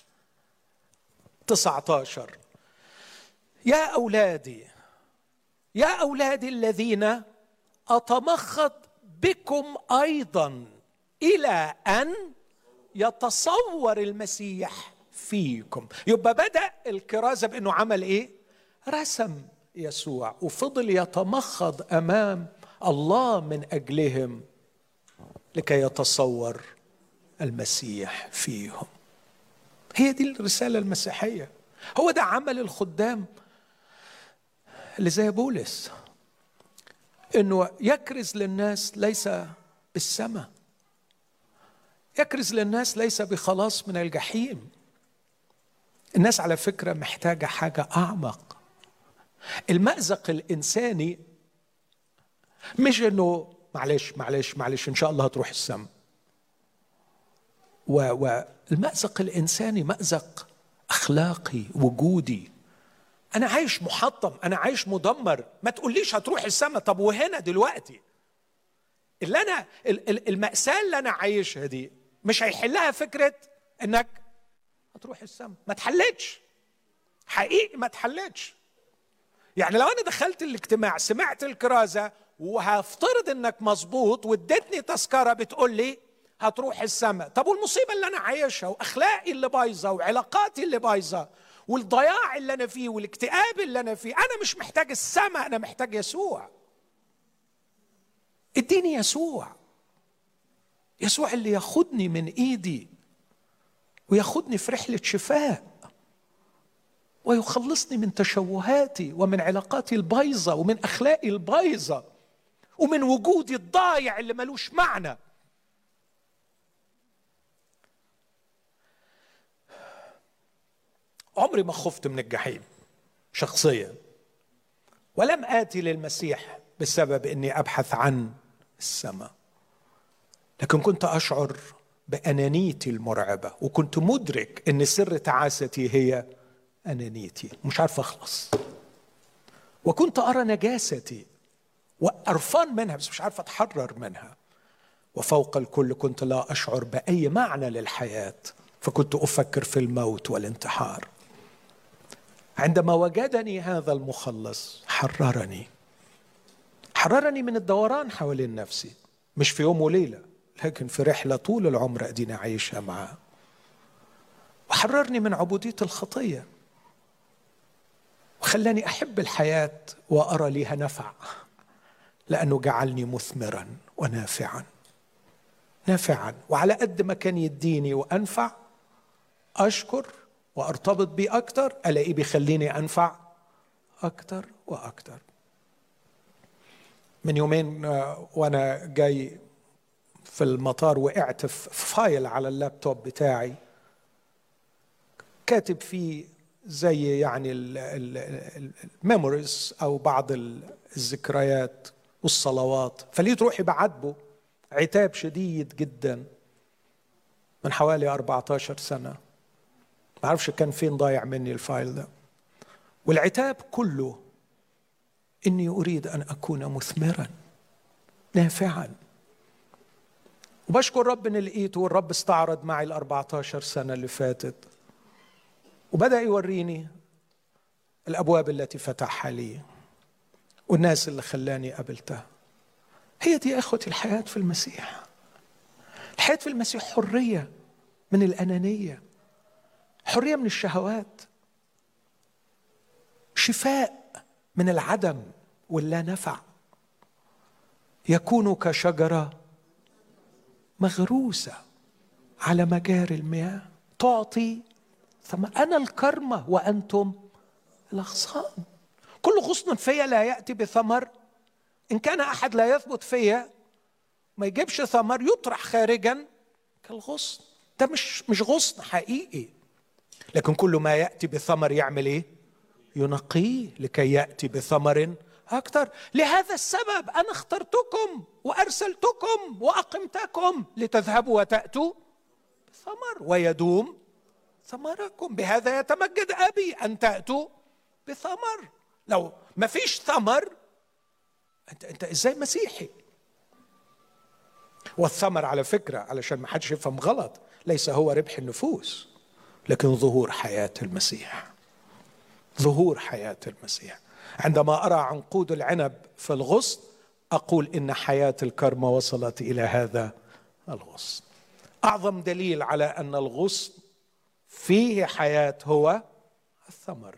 S1: تسعة عشر: يا أولادي يا أولادي الذين أتمخض بكم أيضا إلى أن يتصور المسيح فيكم. يبقى بدأ الكرازة بأنه عمل إيه؟ رسم يسوع وفضل يتمخض أمام الله من أجلهم لكي يتصور المسيح فيهم. هي دي الرسالة المسيحية، هو ده عمل الخدام اللي زي بولس، إنه يكرز للناس ليس بالسماء، يكرز للناس ليس بخلاص من الجحيم. الناس على فكرة محتاجة حاجة أعمق. المأزق الإنساني مش إنه معلش معلش معلش إن شاء الله هتروح السماء، والمأزق الإنساني مأزق أخلاقي وجودي. أنا عايش محطم، أنا عايش مدمر، ما تقوليش هتروح السماء. طب وهنا دلوقتي اللي أنا المأساة اللي أنا عايشها دي مش هيحلها فكرة إنك هتروح السماء. ما تحلتش حقيقي، ما تحلتش. يعني لو أنا دخلت الاجتماع سمعت الكرازة وهفترض إنك مظبوط وادتني تذكرة بتقول لي هتروح السماء، طب والمصيبة اللي أنا عايشها وأخلاقي اللي بايظة وعلاقاتي اللي بايظة والضياع اللي أنا فيه والاكتئاب اللي أنا فيه، أنا مش محتاج السماء، أنا محتاج يسوع. اديني يسوع، يسوع اللي ياخدني من إيدي وياخدني في رحلة شفاء ويخلصني من تشوهاتي ومن علاقاتي البايظة ومن أخلاقي البايظة ومن وجودي الضايع اللي ملوش معنى. عمري ما خفت من الجحيم شخصيا، ولم آتي للمسيح بسبب أني أبحث عن السماء، لكن كنت أشعر بأنانيتي المرعبة، وكنت مدرك أن سر تعاستي هي أنانيتي، مش عارف أخلص، وكنت أرى نجاستي وأرفان منها بس مش عارف أتحرر منها. وفوق الكل كنت لا أشعر بأي معنى للحياة، فكنت أفكر في الموت والانتحار. عندما وجدني هذا المخلص حررني حررني من الدوران حوالين نفسي، مش في يوم وليلة لكن في رحلة طول العمر أدينا عايشها معاه. وحررني من عبودية الخطية وخلاني أحب الحياة وأرى ليها نفع، لأنه جعلني مثمرا ونافعا نافعا. وعلى قد ما كان يديني وأنفع أشكر وأرتبط بيه أكتر، ألاقيه بيخليني أنفع أكتر وأكتر. من يومين وأنا جاي في المطار وقعت في فايل على اللابتوب بتاعي كاتب فيه زي يعني الميموريز أو بعض الذكريات والصلوات، فلقيت روحي بعاتبه عتاب شديد جدا من حوالي أربعة عشر سنة. ما أعرفش كان فين ضايع مني الفايل ده. والعتاب كله إني أريد أن أكون مثمرا نافعا. وبشكر رب إن لقيته، والرب استعرض معي الأربعة عشر سنة اللي فاتت وبدأ يوريني الأبواب التي فتحها لي والناس اللي خلاني قابلتها. هي دي أخوتي الحياة في المسيح. الحياة في المسيح حرية من الأنانية، حرية من الشهوات، شفاء من العدم واللا نفع. يكون كشجرة مغروسة على مجاري المياه تعطي ثم أنا الكرمة وأنتم الأغصان. كل غصن فيا لا يأتي بثمر، إن كان أحد لا يثبت فيا ما يجيبش ثمر يطرح خارجا كالغصن. ده مش مش غصن حقيقي، لكن كل ما يأتي بثمر يعمل إيه؟ ينقيه لكي يأتي بثمر أكثر. لهذا السبب أنا اخترتكم وأرسلتكم وأقمتكم لتذهبوا وتأتوا بثمر ويدوم ثمركم، بهذا يتمجد أبي أن تأتوا بثمر. لو ما فيش ثمر أنت, أنت إزاي مسيحي؟ والثمر على فكرة علشان ما حدش يفهم غلط ليس هو ربح النفوس، لكن ظهور حياة المسيح. ظهور حياة المسيح. عندما أرى عنقود العنب في الغصن أقول إن حياة الكرمة وصلت إلى هذا الغصن. أعظم دليل على أن الغصن فيه حياة هو الثمر.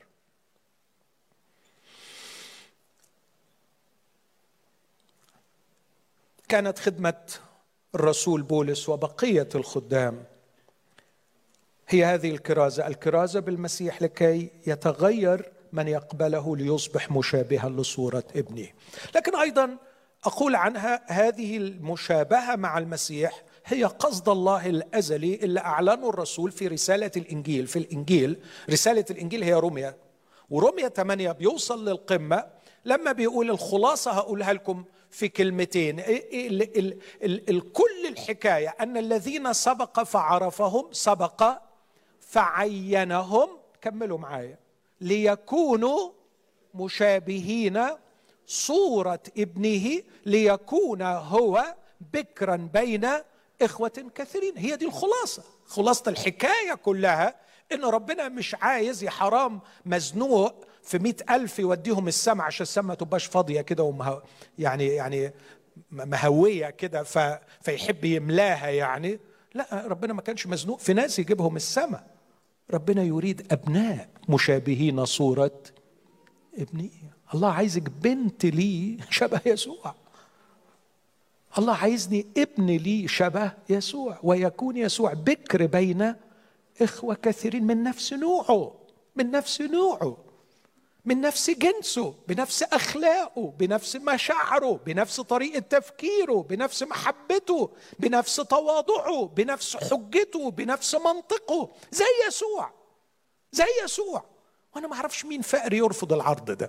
S1: كانت خدمة الرسول بولس وبقية الخدام هي هذه الكرازة، الكرازة بالمسيح لكي يتغير من يقبله ليصبح مشابها لصورة ابنه. لكن أيضا أقول عنها هذه المشابهة مع المسيح هي قصد الله الأزلي اللي أعلنه الرسول في رسالة الإنجيل. في الإنجيل رسالة الإنجيل هي روميا، وروميا ثمانية بيوصل للقمة لما بيقول الخلاصة هقولها لكم في كلمتين. ال ال ال ال كل الحكاية أن الذين سبق فعرفهم سبق فعينهم، كملوا معايا، ليكونوا مشابهين صورة ابنه ليكون هو بكرا بين إخوة كثيرين. هي دي الخلاصة. خلاصة الحكاية كلها إن ربنا مش عايز يا حرام مزنوق في مئة ألف يوديهم السماء عشان السماء تبقاش فاضية كده ومه... يعني يعني مهوية كده ف... فيحب يملاها يعني. لا، ربنا ما كانش مزنوق في ناس يجيبهم السماء. ربنا يريد أبناء مشابهين صورة ابنه. الله عايزك بنت لي شبه يسوع. الله عايزني ابن لي شبه يسوع، ويكون يسوع بكر بين إخوة كثيرين من نفس نوعه، من نفس نوعه، من نفس جنسه، بنفس أخلاقه، بنفس مشاعره، بنفس طريقة تفكيره، بنفس محبته، بنفس تواضعه، بنفس حجته، بنفس منطقه، زي يسوع، زي يسوع. وأنا ما أعرفش مين فقر يرفض العرض ده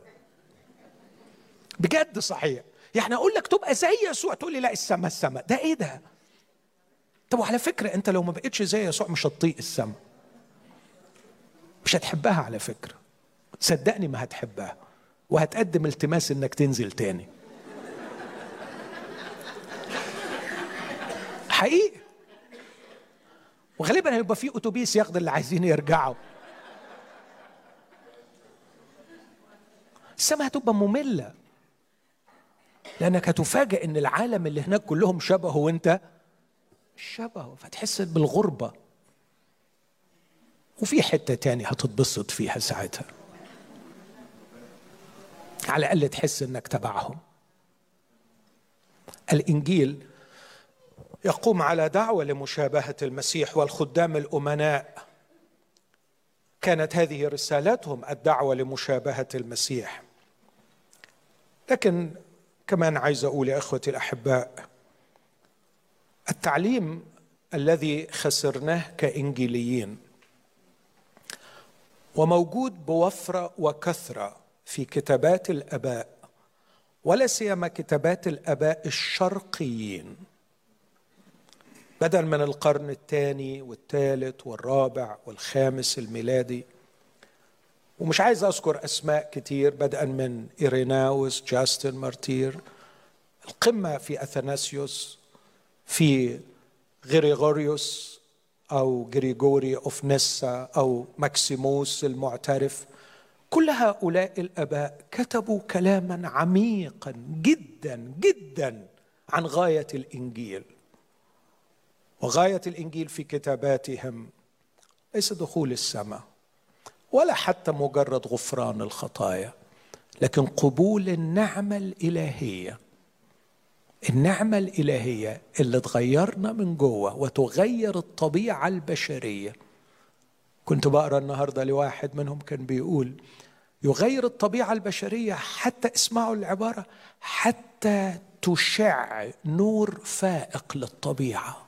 S1: بجد. صحيح يعني أقول لك تبقى زي يسوع تقول لي لا السما السما ده إيه ده؟ طب وعلى فكرة أنت لو ما بقتش زي يسوع مش هتطيق السما، مش هتحبها على فكرة، صدقني ما هتحبها، وهتقدم التماس انك تنزل تاني حقيقي. وغالبا هيبقى في اتوبيس ياخد اللي عايزين يرجعوا. السما هتبقى مملة لانك هتفاجئ ان العالم اللي هناك كلهم شبهه وانت مش شبهه، فتحس بالغربة. وفي حتة تاني هتتبسط فيها ساعتها، على الأقل تحس أنك تبعهم. الإنجيل يقوم على دعوة لمشابهة المسيح، والخدام الأمناء كانت هذه رسالتهم الدعوة لمشابهة المسيح. لكن كمان عايز أقول يا أخوتي الأحباء، التعليم الذي خسرناه كإنجيليين وموجود بوفرة وكثرة في كتابات الآباء، ولا سيما كتابات الآباء الشرقيين بدل من القرن الثاني والثالث والرابع والخامس الميلادي. ومش عايز أذكر أسماء كتير، بدءا من إيريناوس، جاستن مارتير، القمة في أثناسيوس، في غريغوريوس أو غريغوري أوف نيسا أو ماكسيموس المعترف. كل هؤلاء الآباء كتبوا كلاما عميقا جدا جدا عن غاية الإنجيل. وغاية الإنجيل في كتاباتهم ليس دخول السماء ولا حتى مجرد غفران الخطايا، لكن قبول النعمة الإلهية. النعمة الإلهية اللي تغيرنا من جوه وتغير الطبيعة البشرية. كنت بقرأ النهاردة لواحد منهم كان بيقول يغير الطبيعة البشرية حتى، اسمعوا العبارة، حتى تشع نور فائق للطبيعة.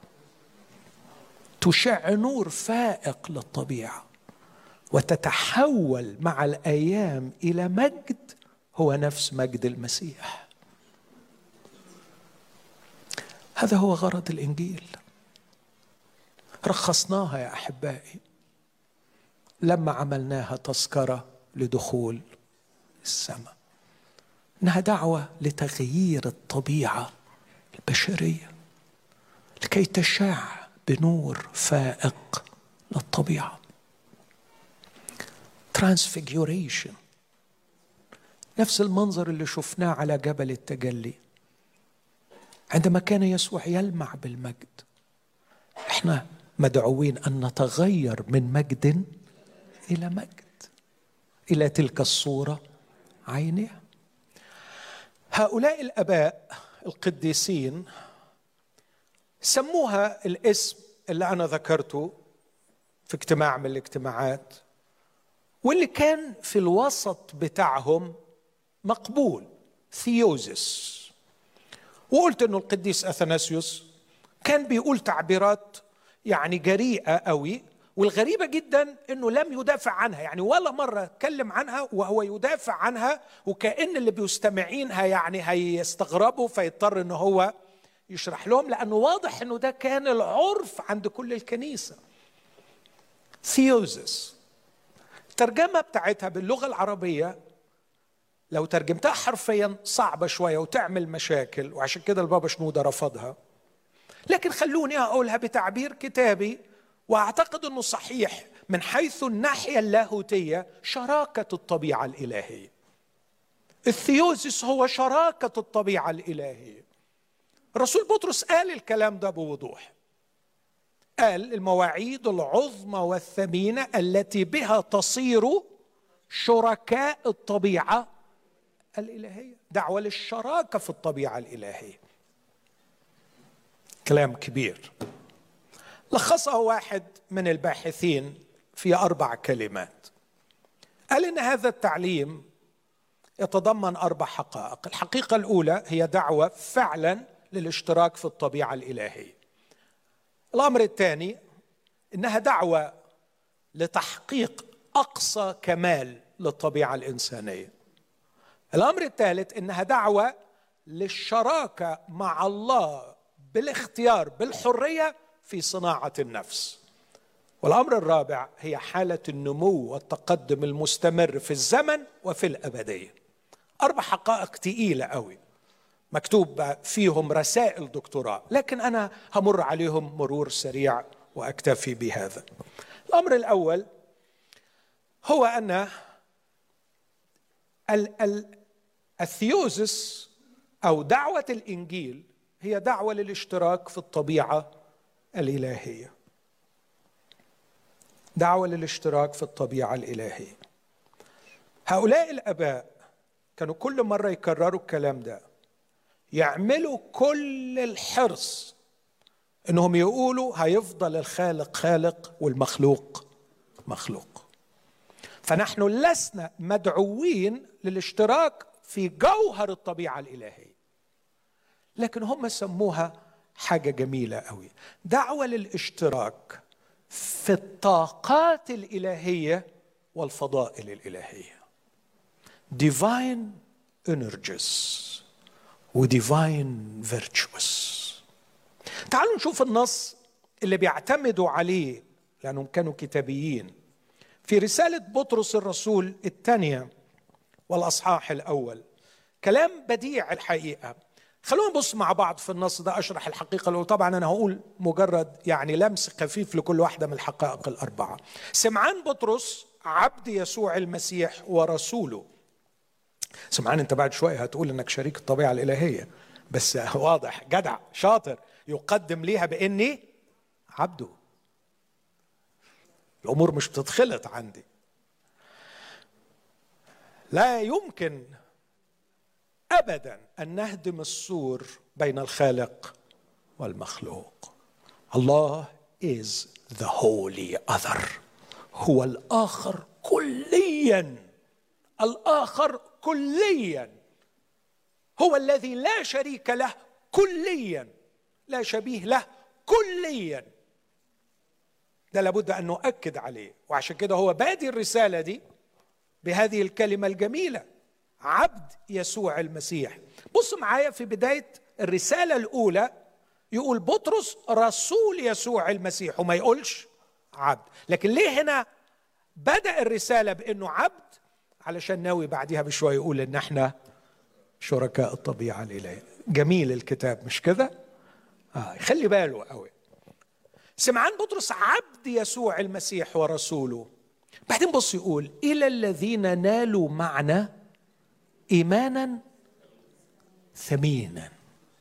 S1: تشع نور فائق للطبيعة وتتحول مع الأيام إلى مجد هو نفس مجد المسيح. هذا هو غرض الإنجيل. رخصناها يا أحبائي لما عملناها تذكرة لدخول السماء، إنها دعوة لتغيير الطبيعة البشرية لكي تشع بنور فائق للطبيعة. Transfiguration، نفس المنظر اللي شفناه على جبل التجلي عندما كان يسوع يلمع بالمجد. احنا مدعوين أن نتغير من مجد إلى مجد، إلى تلك الصورة عينها. هؤلاء الآباء القديسين سموها الاسم اللي أنا ذكرته في اجتماع من الاجتماعات، واللي كان في الوسط بتاعهم مقبول، ثيوزس. وقلت أنه القديس أثناسيوس كان بيقول تعبيرات يعني جريئة قوي، والغريبة جدا أنه لم يدافع عنها، يعني ولا مرة اتكلم عنها وهو يدافع عنها، وكأن اللي بيستمعينها يعني هيستغربوا فيضطر أنه هو يشرح لهم، لأنه واضح أنه ده كان العرف عند كل الكنيسة. ثيوزس الترجمة بتاعتها باللغة العربية لو ترجمتها حرفيا صعبة شوية وتعمل مشاكل، وعشان كده البابا شنودة رفضها، لكن خلوني أقولها بتعبير كتابي وأعتقد أنه صحيح من حيث الناحية اللاهوتية: شراكة الطبيعة الإلهية. الثيوزس هو شراكة الطبيعة الإلهية. الرسول بطرس قال الكلام ده بوضوح، قال: المواعيد العظمى والثمينة التي بها تصير شركاء الطبيعة الإلهية. دعوة للشراكة في الطبيعة الإلهية. كلام كبير لخصه واحد من الباحثين في أربع كلمات. قال إن هذا التعليم يتضمن أربع حقائق. الحقيقة الأولى هي دعوة فعلا للاشتراك في الطبيعة الإلهية. الأمر الثاني إنها دعوة لتحقيق أقصى كمال للطبيعة الإنسانية. الأمر الثالث إنها دعوة للشراكة مع الله بالاختيار بالحرية في صناعة النفس. والأمر الرابع هي حالة النمو والتقدم المستمر في الزمن وفي الأبدية. أربع حقائق تقيلة قوي مكتوب فيهم رسائل دكتوراه، لكن أنا همر عليهم مرور سريع وأكتفي بهذا. الأمر الأول هو أن الثيوزس أو دعوة الإنجيل هي دعوة للاشتراك في الطبيعة الإلهية. دعوة للاشتراك في الطبيعة الإلهية. هؤلاء الآباء كانوا كل مرة يكرروا الكلام ده، يعملوا كل الحرص إنهم يقولوا هيفضل الخالق خالق والمخلوق مخلوق. فنحن لسنا مدعوين للاشتراك في جوهر الطبيعة الإلهية، لكن هم سموها حاجة جميلة قوي، دعوة للاشتراك في الطاقات الإلهية والفضائل الإلهية. Divine energies و divine virtues. تعالوا نشوف النص اللي بيعتمدوا عليه لأنهم كانوا كتابيين في رسالة بطرس الرسول الثانية والأصحاح الأول. كلام بديع الحقيقة. خلونا نبص مع بعض في النص ده، أشرح الحقيقة الأولى. طبعا أنا هقول مجرد يعني لمس خفيف لكل واحدة من الحقائق الأربعة. سمعان بطرس عبد يسوع المسيح ورسوله. سمعان أنت بعد شوية هتقول أنك شريك الطبيعة الإلهية، بس واضح جدع شاطر يقدم ليها بإني عبده. الأمور مش بتتخلط عندي. لا يمكن أبدا أن نهدم السور بين الخالق والمخلوق. الله is the holy other، هو الآخر كليا الآخر كليا، هو الذي لا شريك له كليا، لا شبيه له كليا. ده لابد أن نؤكد عليه، وعشان كده هو بادي الرسالة دي بهذه الكلمة الجميلة: عبد يسوع المسيح. بص معايا في بداية الرسالة الأولى يقول بطرس رسول يسوع المسيح، وما يقولش عبد. لكن ليه هنا بدأ الرسالة بأنه عبد؟ علشان ناوي بعدها بشوية يقول إن احنا شركاء الطبيعة الإلهية. جميل الكتاب مش كده؟ آه خلي باله قوي. سمعان بطرس عبد يسوع المسيح ورسوله. بعدين بص يقول إلى الذين نالوا معنا إيمانا ثمينا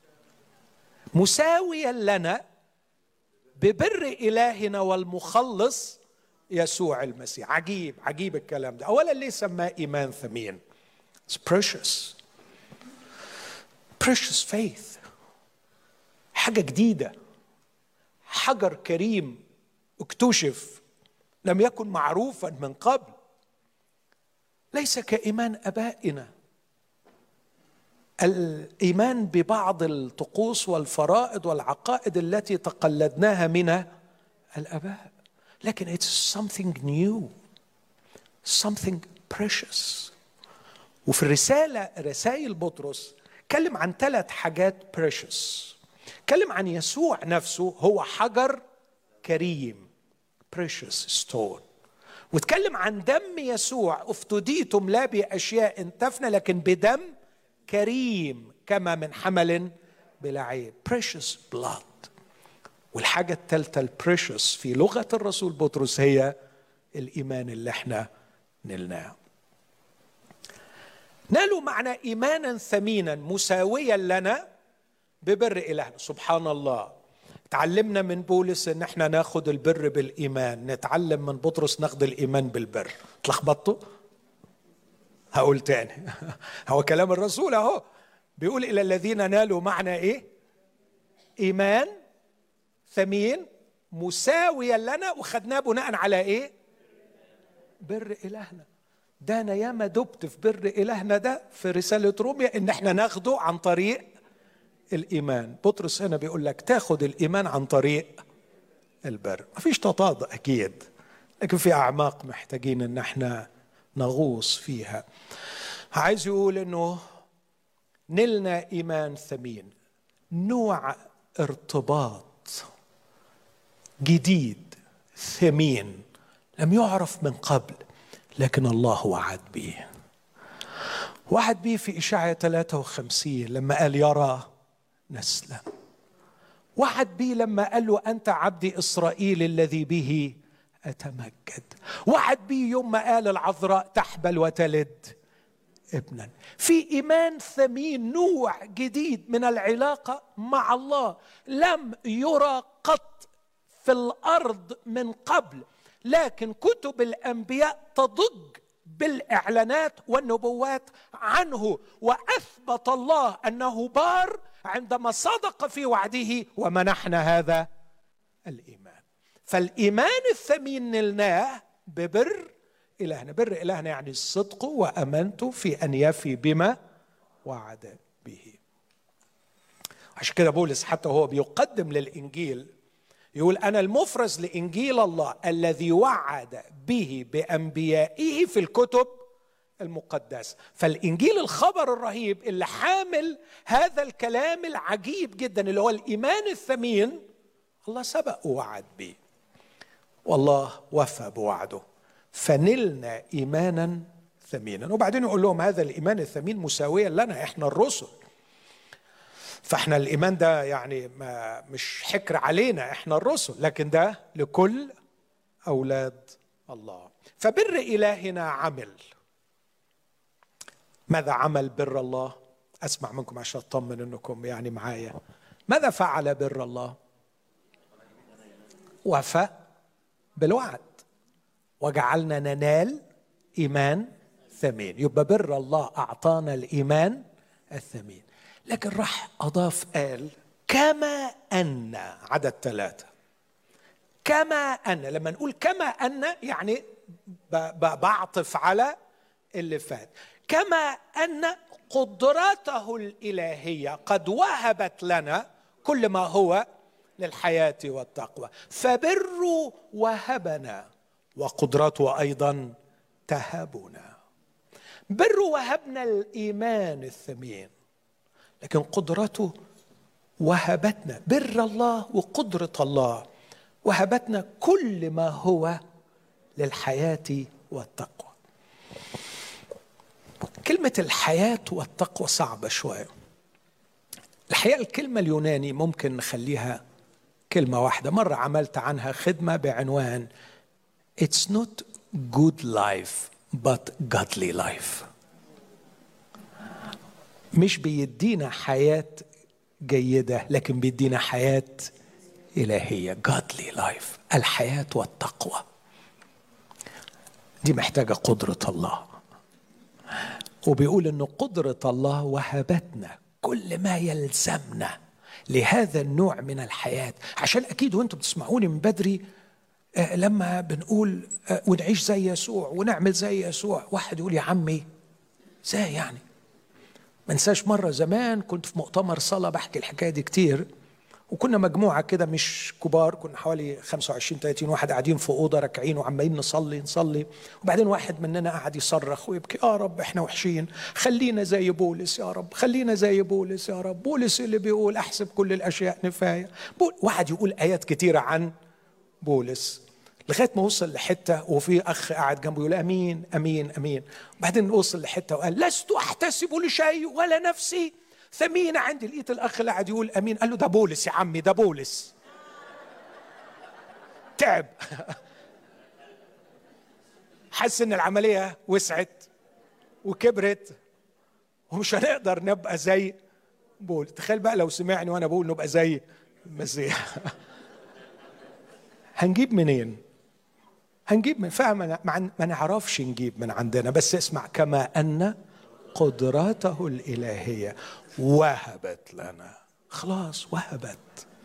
S1: مساويا لنا ببر إلهنا والمخلص يسوع المسيح. عجيب عجيب الكلام ده. أولا ليه سماه إيمان ثمين؟ It's precious precious faith، حاجة جديدة، حجر كريم اكتشف لم يكن معروفا من قبل. ليس كإيمان أبائنا، الإيمان ببعض الطقوس والفرائض والعقائد التي تقلدناها من الآباء، لكن it's something new something precious. وفي الرسالة رسائل بطرس كلم عن ثلاث حاجات precious. كلم عن يسوع نفسه هو حجر كريم precious stone، وتكلم عن دم يسوع افتديتم لا بأشياء تفنى لكن بدم كريم كما من حمل بلا عيب precious blood. والحاجة الثالثة البريشس في لغة الرسول بطرس هي الإيمان اللي احنا نلناه. نالوا معنا إيمانا ثمينا مساويا لنا ببر إلهنا. سبحان الله، تعلمنا من بولس ان احنا ناخد البر بالإيمان، نتعلم من بطرس ناخد الإيمان بالبر. تلخبطوا؟ هقول تاني هو كلام الرسول اهو، بيقول إلى الذين نالوا معنا إيه؟ إيمان ثمين مساويا لنا، وخدناه بناء على إيه؟ بر إلهنا. ده أنا ياما دبت في بر إلهنا ده في رسالة روميا إن احنا ناخده عن طريق الإيمان. بطرس هنا بيقول لك تاخد الإيمان عن طريق البر. مفيش تضاد أكيد، لكن في أعماق محتاجين إن احنا نغوص فيها. عايز يقول إنه نلنا إيمان ثمين، نوع ارتباط جديد ثمين لم يعرف من قبل، لكن الله وعد به. وعد به في إشعياء ثلاثة وخمسين لما قال يرى نسلا. وعد به لما قال له أنت عبدي إسرائيل الذي به أتمجد. وعد به يوم ما قال العذراء تحبل وتلد ابنا. في إيمان ثمين، نوع جديد من العلاقة مع الله لم يرى قط في الأرض من قبل، لكن كتب الأنبياء تضج بالإعلانات والنبوات عنه. وأثبت الله أنه بار عندما صدق في وعده ومنحنا هذا الإيمان. فالإيمان الثمين نلناه ببر إلهنا. بر إلهنا يعني الصدق وأمانته في أن يفي بما وعد به. عشان كده بولس حتى هو بيقدم للإنجيل يقول أنا المفرز لإنجيل الله الذي وعد به بأنبيائه في الكتب المقدسة. فالإنجيل الخبر الرهيب اللي حامل هذا الكلام العجيب جدا اللي هو الإيمان الثمين، الله سبق ووعد به والله وفى بوعده، فنلنا إيمانا ثمينا. وبعدين يقول لهم هذا الإيمان الثمين مساويا لنا إحنا الرسل. فإحنا الإيمان ده يعني ما مش حكر علينا إحنا الرسل، لكن ده لكل أولاد الله. فبر إلهنا عمل. ماذا عمل بر الله؟ أسمع منكم عشان أطمن أنكم يعني معايا. ماذا فعل بر الله؟ وفى بالوعد وجعلنا ننال إيمان ثمين. يبقى بر الله أعطانا الإيمان الثمين، لكن راح أضاف قال كما أن، عدد ثلاثة، كما أن. لما نقول كما أن يعني بعطف على اللي فات. كما أن قدرته الإلهية قد وهبت لنا كل ما هو للحياة والتقوى، فبر وهبنا وقدرته أيضا تهبنا. بر وهبنا الإيمان الثمين، لكن قدرته وهبتنا، بر الله وقدرة الله وهبتنا كل ما هو للحياة والتقوى. كلمة الحياة والتقوى صعبة شوية. الحقيقة الكلمة اليوناني ممكن نخليها كلمة واحدة. مرة عملت عنها خدمة بعنوان It's not good life but godly life. مش بيدينا حياة جيدة، لكن بيدينا حياة إلهية، godly life، الحياة والتقوى. دي محتاجة قدرة الله، وبيقول إن قدرة الله وهبتنا كل ما يلزمنا لهذا النوع من الحياة. عشان أكيد وأنتم بتسمعوني من بدري آه لما بنقول آه ونعيش زي يسوع ونعمل زي يسوع، واحد يقول يا عمي زي يعني. ما انساش مرة زمان كنت في مؤتمر صلاة، بحكي الحكاية دي كتير، وكنا مجموعة كده مش كبار، كنا حوالي خمسة وعشرين ثلاثين واحد قاعدين في أوضة راكعين وعمالين نصلي نصلي، وبعدين واحد مننا قاعد يصرخ ويبكي، يا رب احنا وحشين، خلينا زي بولس يا رب، خلينا زي بولس يا رب، بولس اللي بيقول أحسب كل الأشياء نفاية. واحد يقول آيات كتيرة عن بولس لغاية ما وصل لحتة، وفي أخ قاعد جنبه يقول أمين أمين أمين. وبعدين وصل لحتة وقال لست أحتسب لشيء ولا نفسي ثمينة عندي. لقيت الأخ اللي قاعد يقول أمين، قال له ده بولس يا عمي، ده بولس تعب. حس إن العملية وسعت وكبرت ومش هنقدر نبقى زي بولس. تخيل بقى لو سمعني وأنا بقول نبقى زي المسيح. هنجيب منين؟ هنجيب من فهم ما نعرفش نجيب من عندنا. بس اسمع، كما أن قدراته الإلهية وهبت لنا، خلاص وهبت.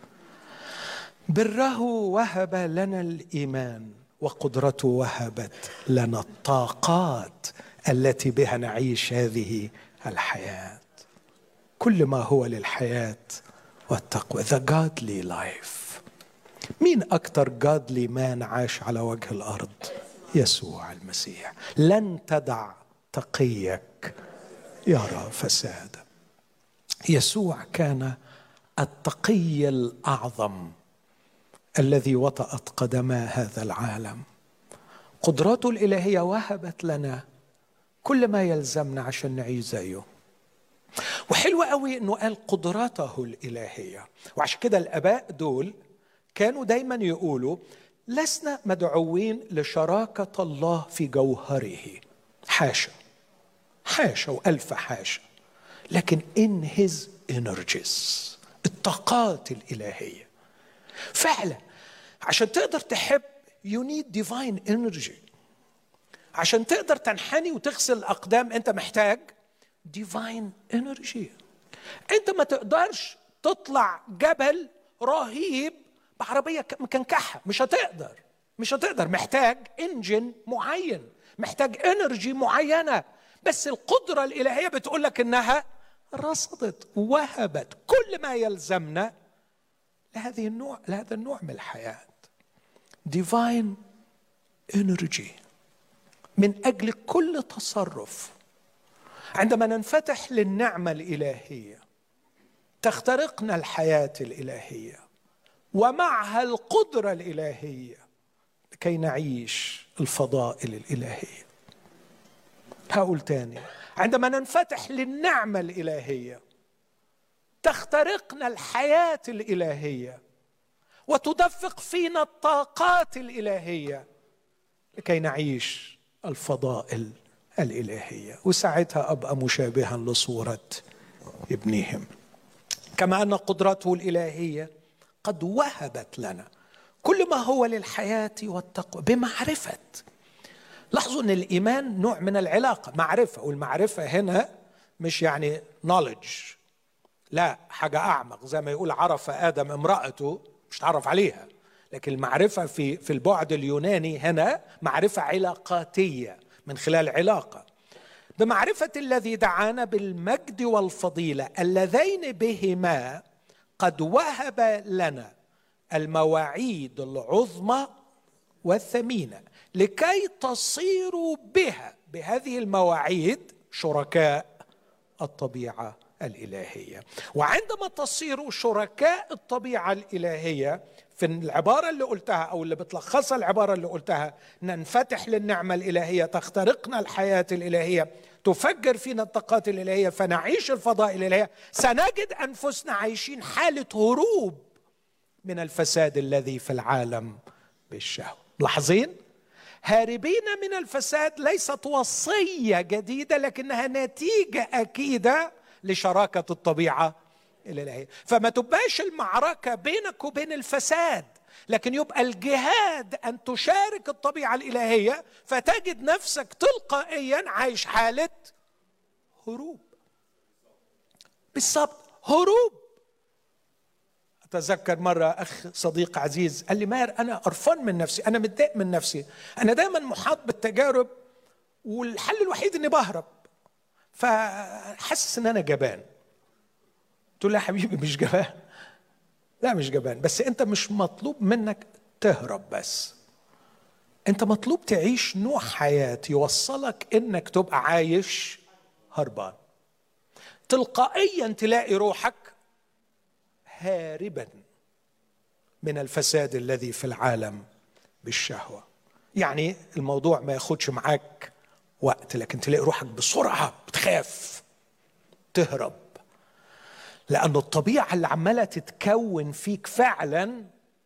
S1: بره وهب لنا الإيمان، وقدرته وهبت لنا الطاقات التي بها نعيش هذه الحياة، كل ما هو للحياة والتقوى. The godly life. مين أكتر godly man عاش على وجه الأرض؟ يسوع المسيح. لن تدع تقيك يرى فسادا. يسوع كان التقي الأعظم الذي وطأت قدما هذا العالم. قدراته الإلهية وهبت لنا كل ما يلزمنا عشان نعيش زيه. وحلو قوي أنه قال قدراته الإلهية. وعشان كده الآباء دول كانوا دايما يقولوا لسنا مدعوين لشراكة الله في جوهره، حاشا حاشا وألف حاشا، لكن in his energies، الطاقات الإلهية. فعلا عشان تقدر تحب you need divine energy. عشان تقدر تنحني وتغسل الأقدام أنت محتاج divine energy. أنت ما تقدرش تطلع جبل رهيب بعربية مكنكحة، مش هتقدر مش هتقدر محتاج انجن معين، محتاج انرجي معينة. بس القدرة الإلهية بتقول لك إنها رصدت وهبت كل ما يلزمنا لهذه النوع لهذا النوع من الحياة. divine energy من أجل كل تصرف. عندما ننفتح للنعمة الإلهية تخترقنا الحياة الإلهية ومعها القدرة الإلهية لكي نعيش الفضائل الإلهية. هقول تاني، عندما ننفتح للنعمة الإلهية تخترقنا الحياة الإلهية وتدفق فينا الطاقات الإلهية لكي نعيش الفضائل الإلهية. وساعتها أبقى مشابها لصورة ابنهم. كما أن قدرته الإلهية قد وهبت لنا كل ما هو للحياة والتقوى بمعرفة. لاحظوا أن الإيمان نوع من العلاقة، معرفة. والمعرفة هنا مش يعني knowledge، لا، حاجة أعمق. زي ما يقول عرف آدم امرأته، مش تعرف عليها. لكن المعرفة في في البعد اليوناني هنا معرفة علاقاتية، من خلال علاقة. بمعرفة الذي دعانا بالمجد والفضيلة اللذين بهما قد وهب لنا المواعيد العظمى والثمينة لكي تصيروا بها بهذه المواعيد شركاء الطبيعة الإلهية. وعندما تصيروا شركاء الطبيعة الإلهية، في العبارة اللي قلتها أو اللي بتلخصها العبارة اللي قلتها، ننفتح للنعمة الإلهية، تخترقنا الحياة الإلهية، تفجر فينا الطاقات الإلهية، فنعيش الفضاء الإلهية، سنجد أنفسنا عايشين حالة هروب من الفساد الذي في العالم بالشهوة. لاحظين؟ هاربين من الفساد ليست وصية جديدة، لكنها نتيجة أكيدة لشراكة الطبيعة الإلهية. فما تبقاش المعركة بينك وبين الفساد، لكن يبقى الجهاد أن تشارك الطبيعة الإلهية، فتجد نفسك تلقائيا عايش حالة هروب. بالضبط، هروب. أتذكر مرة أخ صديق عزيز قال لي: ماهر، أنا قرفان من نفسي، أنا متضايق من نفسي، أنا دايما محاط بالتجارب والحل الوحيد إني بهرب، فحسس إن أنا جبان. قلت له: يا حبيبي مش جبان، لا مش جبان، بس أنت مش مطلوب منك تهرب، بس أنت مطلوب تعيش نوع حياة يوصلك إنك تبقى عايش هربان. تلقائيا تلاقي روحك هاربا من الفساد الذي في العالم بالشهوة. يعني الموضوع ما ياخدش معاك وقت، لكن تلاقي روحك بسرعة بتخاف تهرب، لأن الطبيعة اللي عمالة تتكون فيك فعلا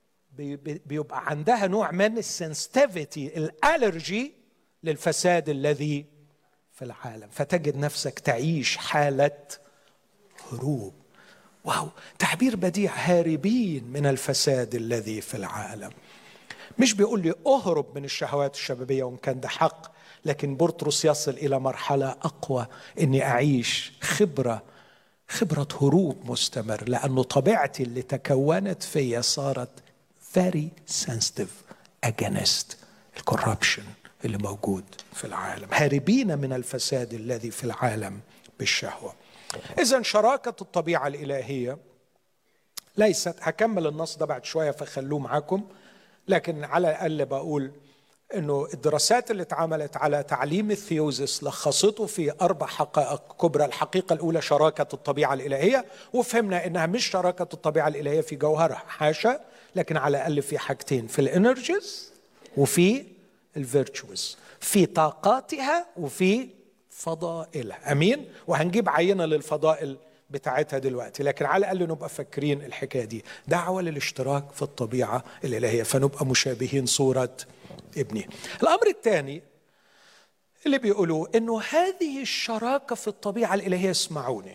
S1: بيبقى عندها نوع من السنسيتيفيتي، الالرجي للفساد الذي في العالم، فتجد نفسك تعيش حالة هروب. واو، تعبير بديع، هاربين من الفساد الذي في العالم. مش بيقول لي اهرب من الشهوات الشبابية وان كان ده حق، لكن بطرس يصل إلى مرحلة أقوى، إني أعيش خبرة خبرة هروب مستمر، لأنه طبيعتي اللي تكونت فيا صارت very sensitive against الكوربشن اللي موجود في العالم. هاربين من الفساد الذي في العالم بالشهوة. إذن شراكة الطبيعة الإلهية ليست، هكمل النص ده بعد شوية فخلوه معاكم، لكن على الأقل بقول إنه الدراسات اللي اتعملت على تعليم الثيوزس لخصته في أربع حقائق كبرى. الحقيقة الأولى شراكة الطبيعة الإلهية، وفهمنا إنها مش شراكة الطبيعة الإلهية في جوهرها، حاشا، لكن على الأقل في حاجتين: في الانرجيز وفي الفيرتشوز، في طاقاتها وفي فضائلها. أمين؟ وهنجيب عينة للفضائل بتاعتها دلوقتي، لكن على الأقل نبقى فاكرين الحكاية دي. دعوة للاشتراك في الطبيعة الإلهية، فنبقى مشابهين صورة ابنه. الأمر الثاني اللي بيقولوه إنه هذه الشراكة في الطبيعة الإلهية، اسمعوني،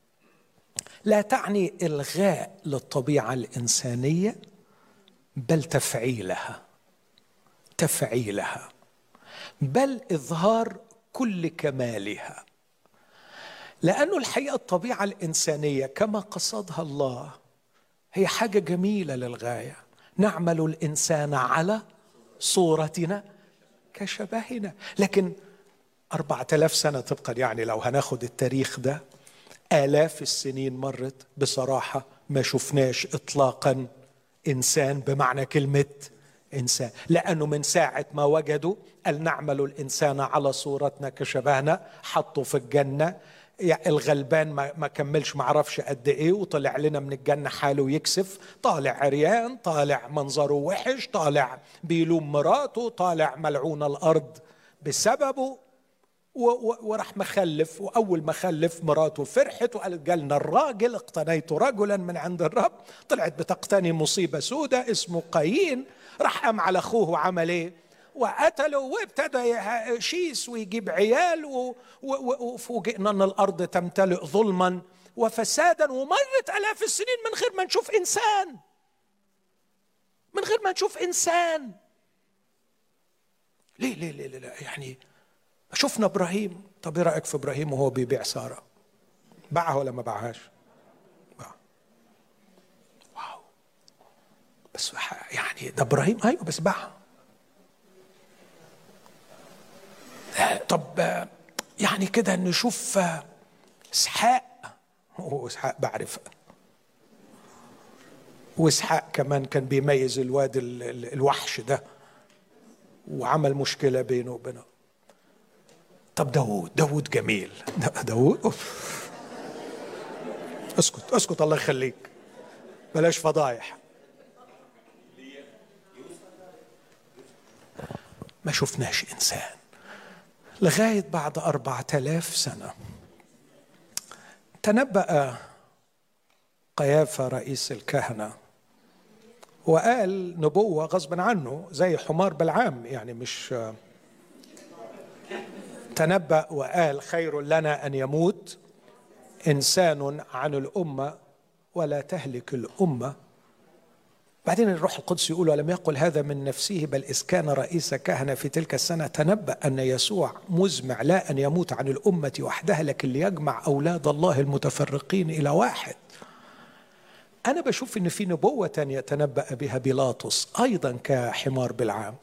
S1: لا تعني إلغاء للطبيعة الإنسانية، بل تفعيلها تفعيلها بل إظهار كل كمالها. لأنه الحقيقة الطبيعة الإنسانية كما قصدها الله هي حاجة جميلة للغاية. نعمل الإنسان على صورتنا كشبهنا، لكن أربعة آلاف سنة طبقا، يعني لو هناخد التاريخ ده، آلاف السنين مرت بصراحة ما شفناش إطلاقا إنسان بمعنى كلمة إنسان، لأنه من ساعة ما وجدوا أن نعمل الإنسان على صورتنا كشبهنا، حطوا في الجنة يعني الغلبان ما كملش معرفش قد إيه، وطلع لنا من الجنة حاله يكسف، طالع عريان، طالع منظره وحش، طالع بيلوم مراته، طالع ملعون الأرض بسببه، وراح مخلف. وأول ما خلف مراته فرحت وقالت: جالنا الراجل، اقتنيت رجلا من عند الرب. طلعت بتقتني مصيبة سودة اسمه قايين، راح قام على أخوه وعمل إيه؟ وقتله، وابتدى يشيس ويجيب عيال، وفوجئنا أن الأرض تمتلئ ظلما وفسادا، ومرت آلاف السنين من غير ما نشوف إنسان، من غير ما نشوف إنسان. ليه ليه ليه, ليه؟ يعني شفنا إبراهيم، طب إيه رأيك في إبراهيم وهو بيبيع سارة؟ باعها ولا ما باعهاش؟ باع. واو، بس يعني ده إبراهيم، أيوه بس باعها. طب يعني كده نشوف اسحاق، واسحاق بعرفها، واسحاق كمان كان بيميز الواد الوحش ده وعمل مشكلة بينه وبينه. طب داود، داود جميل، داود أوف. اسكت اسكت الله يخليك، بلاش فضايح. ما شفناش إنسان لغاية بعد أربعة آلاف سنة. تنبأ قيافة رئيس الكهنة وقال نبوة غصبا عنه زي حمار بلعام، يعني مش تنبأ وقال خير لنا أن يموت إنسان عن الأمة ولا تهلك الأمة. بعدين الروح القدس يقول ولم يقل هذا من نفسه بل إذ كان رئيس كهنة في تلك السنة تنبأ أن يسوع مزمع لا أن يموت عن الأمة وحدها لكن ليجمع أولاد الله المتفرقين إلى واحد. أنا بشوف إن في نبوة تانية تنبأ بها بيلاطس أيضا كحمار بلعام،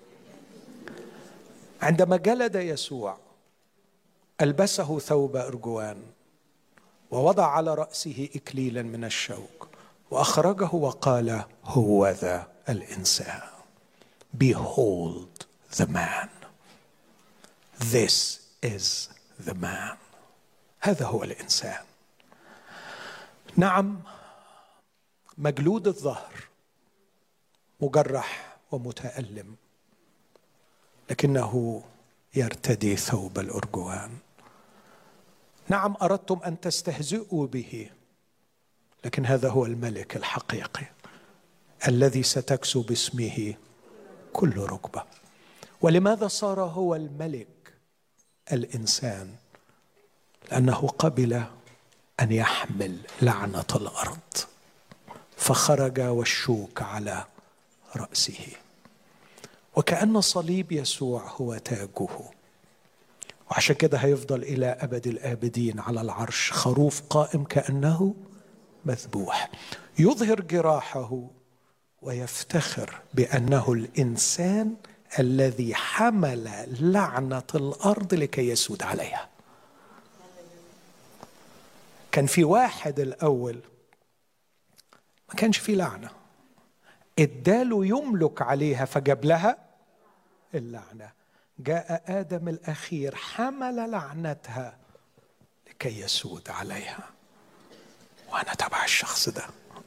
S1: عندما جلد يسوع ألبسه ثوب أرجوان ووضع على رأسه إكليلا من الشوك وأخرجه وقال هو ذا الإنسان. Behold the man. This is the man. هذا هو الإنسان. نعم، مجلود الظهر، مجرح ومتألم، لكنه يرتدي ثوب الأرجوان. نعم، أردتم أن تستهزئوا به، لكن هذا هو الملك الحقيقي الذي ستكسو باسمه كل ركبة. ولماذا صار هو الملك؟ الإنسان، لأنه قبل أن يحمل لعنة الأرض فخرج والشوك على رأسه. وكأن صليب يسوع هو تاجه، وعشان كده هيفضل إلى أبد الآبدين على العرش خروف قائم كأنه مذبوح، يظهر جراحه ويفتخر بأنه الإنسان الذي حمل لعنة الأرض لكي يسود عليها. كان في واحد الأول ما كانش في لعنة، اداله يملك عليها فجاب لها اللعنة. جاء آدم الأخير حمل لعنتها لكي يسود عليها، وأنا تبع الشخص ده.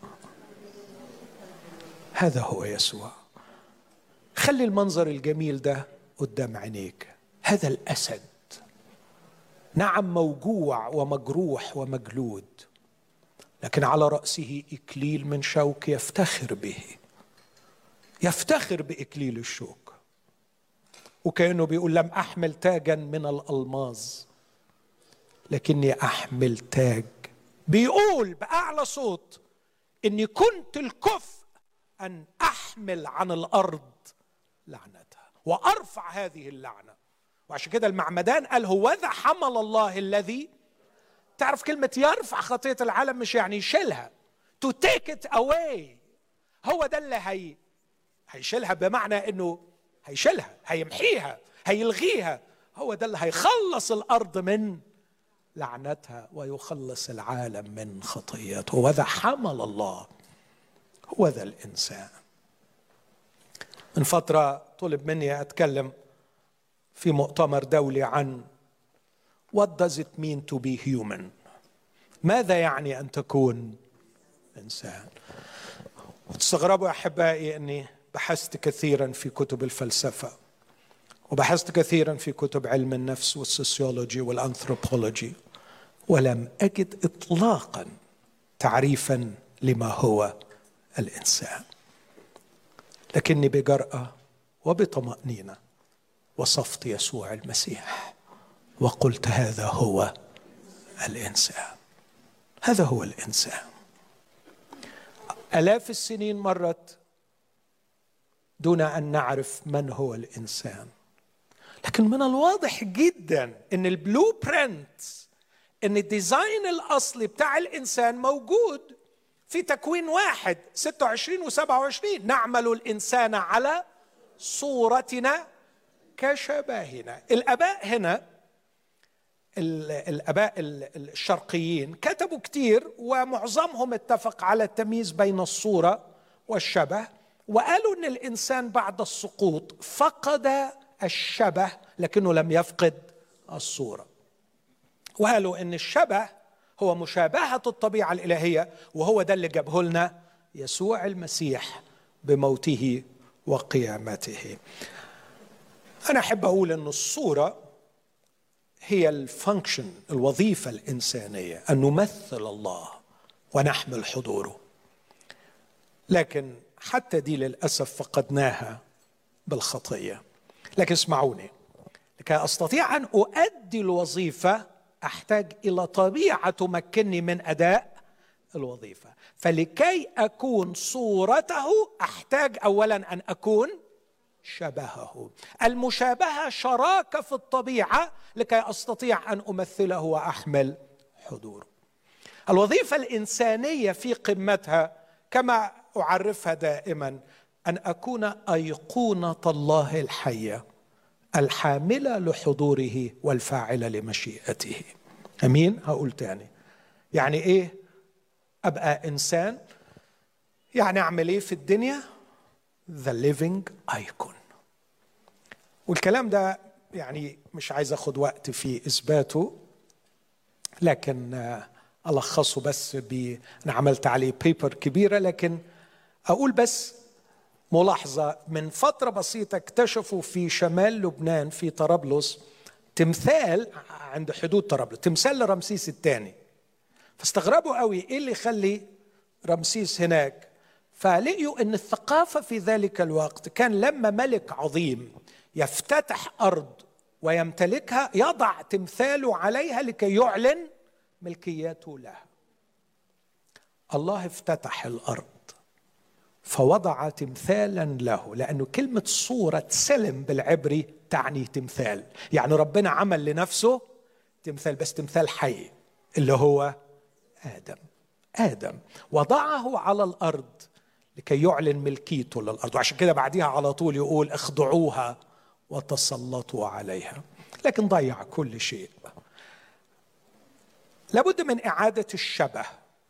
S1: هذا هو يسوع. خلي المنظر الجميل ده قدام عينيك. هذا الأسد، نعم موجوع ومجروح ومجلود، لكن على رأسه إكليل من شوك يفتخر به، يفتخر بإكليل الشوك، وكأنه بيقول لم أحمل تاجا من الألماظ لكني أحمل تاج. بيقول بأعلى صوت إني كنت الكفء أن أحمل عن الأرض لعنتها وأرفع هذه اللعنة. وعشان كده المعمدان قال هو ذا حمل الله الذي، تعرف كلمة يرفع خطية العالم مش يعني يشيلها، to take it away. هو ده اللي هي هيشيلها، بمعنى إنه هيشيلها، هيمحيها، هيلغيها. هو ده اللي هيخلص الأرض من لعنتها ويخلص العالم من خطيته. هو ذا حمل الله، هو ذا الإنسان. من فترة طلب مني أتكلم في مؤتمر دولي عن What does it mean to be human؟ ماذا يعني أن تكون إنسان؟ وتستغربوا أحبائي أني بحثت كثيرا في كتب الفلسفة، وبحثت كثيرا في كتب علم النفس والسوسيولوجي والأنثروبولوجي، ولم أجد إطلاقا تعريفا لما هو الإنسان. لكني بجرأة وبطمأنينة وصفت يسوع المسيح وقلت هذا هو الإنسان، هذا هو الإنسان. آلاف السنين مرت دون أن نعرف من هو الإنسان، لكن من الواضح جدا أن البلو برينت، أن الديزاين الأصلي بتاع الإنسان موجود في تكوين واحد ستة وعشرين وسبعة وعشرين. نعمل الإنسان على صورتنا كشبهنا. الآباء هنا الآباء الشرقيين كتبوا كتير، ومعظمهم اتفق على التمييز بين الصورة والشبه، وقالوا أن الإنسان بعد السقوط فقد الشبه لكنه لم يفقد الصورة. وقالوا أن الشبه هو مشابهة الطبيعة الإلهية، وهو ده اللي جابه لنا يسوع المسيح بموته وقيامته. أنا أحب أقول أن الصورة هي الفانكشن، الوظيفة الإنسانية، أن نمثل الله ونحمل حضوره، لكن حتى دي للأسف فقدناها بالخطية. لكن اسمعوني، لكي أستطيع أن أؤدي الوظيفة أحتاج إلى طبيعة تمكنني من أداء الوظيفة. فلكي أكون صورته أحتاج أولا أن أكون شبهه. المشابهة شراكة في الطبيعة لكي أستطيع أن أمثله وأحمل حضوره. الوظيفة الإنسانية في قمتها كما أعرفها دائما أن أكون أيقونة الله الحية الحاملة لحضوره والفاعلة لمشيئته. أمين؟ هقول تاني، يعني إيه أبقى إنسان؟ يعني أعمل إيه في الدنيا؟ The living icon. والكلام ده يعني مش عايز أخد وقت في إثباته، لكن ألخصه بس ب أنا عملت عليه بيبر كبيرة، لكن أقول بس ملاحظة. من فترة بسيطة اكتشفوا في شمال لبنان في طرابلس تمثال عند حدود طرابلس، تمثال لرمسيس الثاني. فاستغربوا قوي ايه اللي يخلي رمسيس هناك، فلقيوا ان الثقافة في ذلك الوقت كان لما ملك عظيم يفتتح أرض ويمتلكها يضع تمثاله عليها لكي يعلن ملكيته لها. الله افتتح الأرض فوضع تمثالا له، لأنه كلمة صورة سلم بالعبري تعني تمثال، يعني ربنا عمل لنفسه تمثال، بس تمثال حي اللي هو آدم. آدم وضعه على الأرض لكي يعلن ملكيته للأرض، وعشان كده بعديها على طول يقول اخضعوها وتسلطوا عليها، لكن ضيع كل شيء. لابد من إعادة الشبه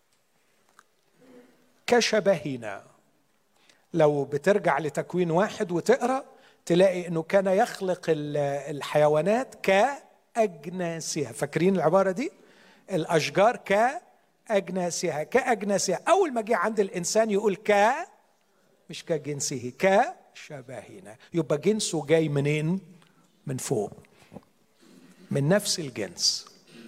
S1: كشبهنا. لو بترجع لتكوين واحد وتقرأ تلاقي أنه كان يخلق الحيوانات كأجناسها. فاكرين العبارة دي؟ الأشجار كأجناسها كأجناسها. أول ما جه عند الإنسان يقول ك مش كجنسه، كشبهنا. يبقى جنسه جاي منين؟ من فوق، من نفس الجنس.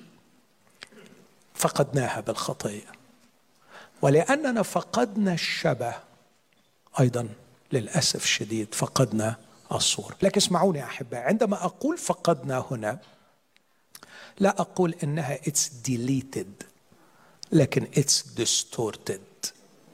S1: فقدناها بالخطية، ولأننا فقدنا الشبه أيضا للأسف الشديد فقدنا الصورة. لكن اسمعوني يا أحبائي، عندما أقول فقدنا هنا لا أقول إنها it's deleted، لكن it's distorted.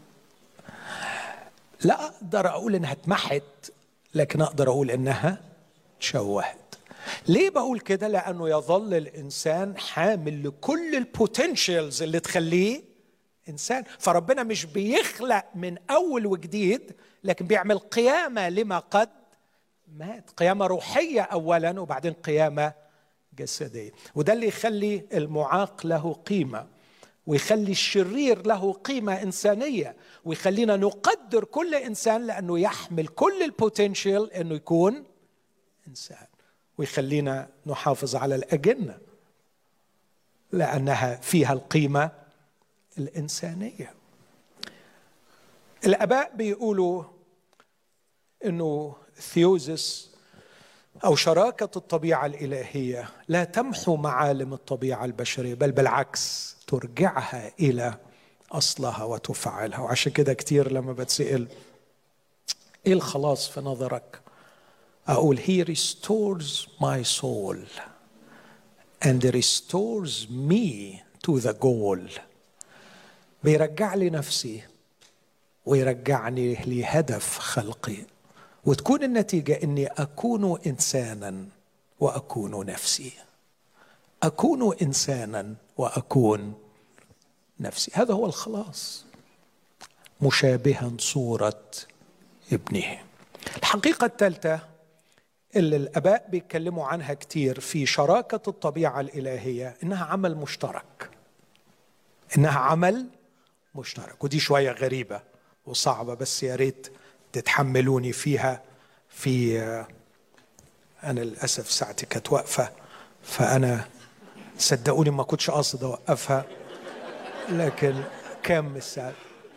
S1: لا أقدر أقول إنها اتمحت، لكن أقدر أقول إنها تشوهت. ليه بقول كده؟ لأنه يظل الإنسان حامل لكل البوتنشيالز اللي تخليه إنسان. فربنا مش بيخلق من أول وجديد، لكن بيعمل قيامة لما قد مات، قيامة روحية أولا وبعدين قيامة جسدية. وده اللي يخلي المعاق له قيمة، ويخلي الشرير له قيمة إنسانية، ويخلينا نقدر كل إنسان لأنه يحمل كل البوتنشيال أنه يكون إنسان، ويخلينا نحافظ على الأجنة لأنها فيها القيمة الإنسانية. الآباء بيقولوا إنه ثيوزس أو شراكة الطبيعة الإلهية لا تمحو معالم الطبيعة البشرية، بل بالعكس ترجعها إلى أصلها وتفعلها. وعشان كده كتير لما بتسأل إيه الخلاص في نظرك، أقول He restores my soul and restores me to the goal. بيرجع لي نفسي ويرجعني لهدف خلقي، وتكون النتيجة إني أكون إنسانا وأكون نفسي، أكون إنسانا وأكون نفسي. هذا هو الخلاص، مشابها صورة ابنه. الحقيقة الثالثة اللي الآباء بيتكلموا عنها كتير في شراكة الطبيعة الإلهية إنها عمل مشترك، إنها عمل مشترك. ودي شوية غريبة وصعبة، بس يا ريت تتحملوني فيها. في أنا للأسف ساعتي كانت واقفة، فأنا صدقوني ما كنتش قاصد أوقفها، لكن كام الساعة؟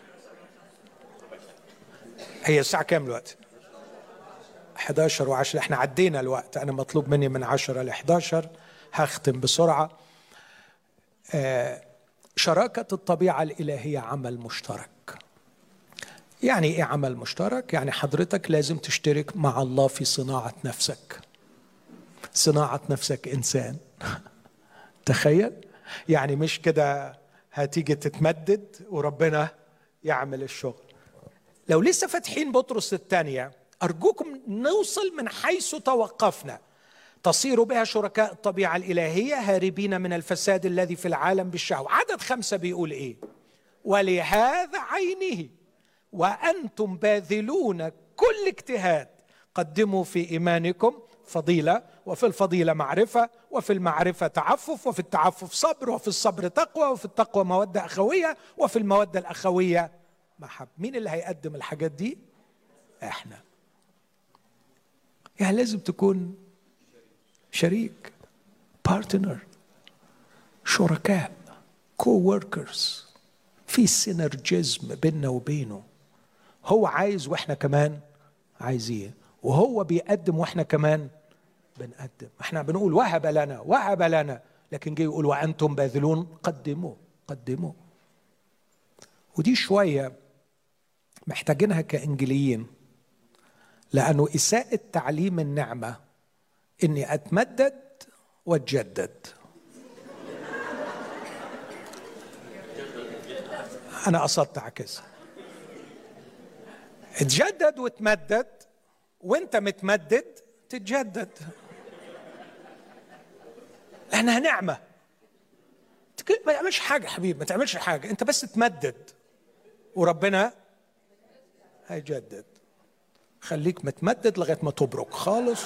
S1: هي الساعة كام الوقت؟ إحدى عشر وعشرة. احنا عدينا الوقت، أنا مطلوب مني من عشرة ل إحدى عشر. هختم بسرعة. آه شراكة الطبيعة الإلهية عمل مشترك. يعني إيه عمل مشترك؟ يعني حضرتك لازم تشترك مع الله في صناعة نفسك، صناعة نفسك إنسان. تخيل، يعني مش كده هتيجي تتمدد وربنا يعمل الشغل. لو لسه فاتحين بطرس الثانية، أرجوكم نوصل من حيث توقفنا. تصير بها شركاء الطبيعة الإلهية هاربين من الفساد الذي في العالم بالشهوة. عدد خمسة بيقول إيه؟ ولهذا عينه وأنتم باذلون كل اجتهاد قدموا في إيمانكم فضيلة، وفي الفضيلة معرفة، وفي المعرفة تعفف، وفي التعفف صبر، وفي الصبر تقوى، وفي التقوى مودة أخوية، وفي المودة الأخوية محبة. مين اللي هيقدم الحاجات دي؟ احنا. يعني لازم تكون شريك، بارتنر، شركاء، كو وركرز، في سينرجيزم بيننا وبينه. هو عايز واحنا كمان عايزين، وهو بيقدم واحنا كمان بنقدم. احنا بنقول وهب لنا وهب لنا، لكن جاي يقول وأنتم باذلون قدموا قدموا. ودي شوية محتاجينها كإنجيليين، لأنه إساءة تعليم النعمة إني أتمدد وأتجدد. أنا قصدت أعكسها، اتجدد وتمدد، وانت متمدد تتجدد، لأنها نعمة. ما تعملش حاجة حبيب، ما تعملش حاجة، انت بس تمدد وربنا هيجدد. خليك متمدد لغاية ما تبرك خالص.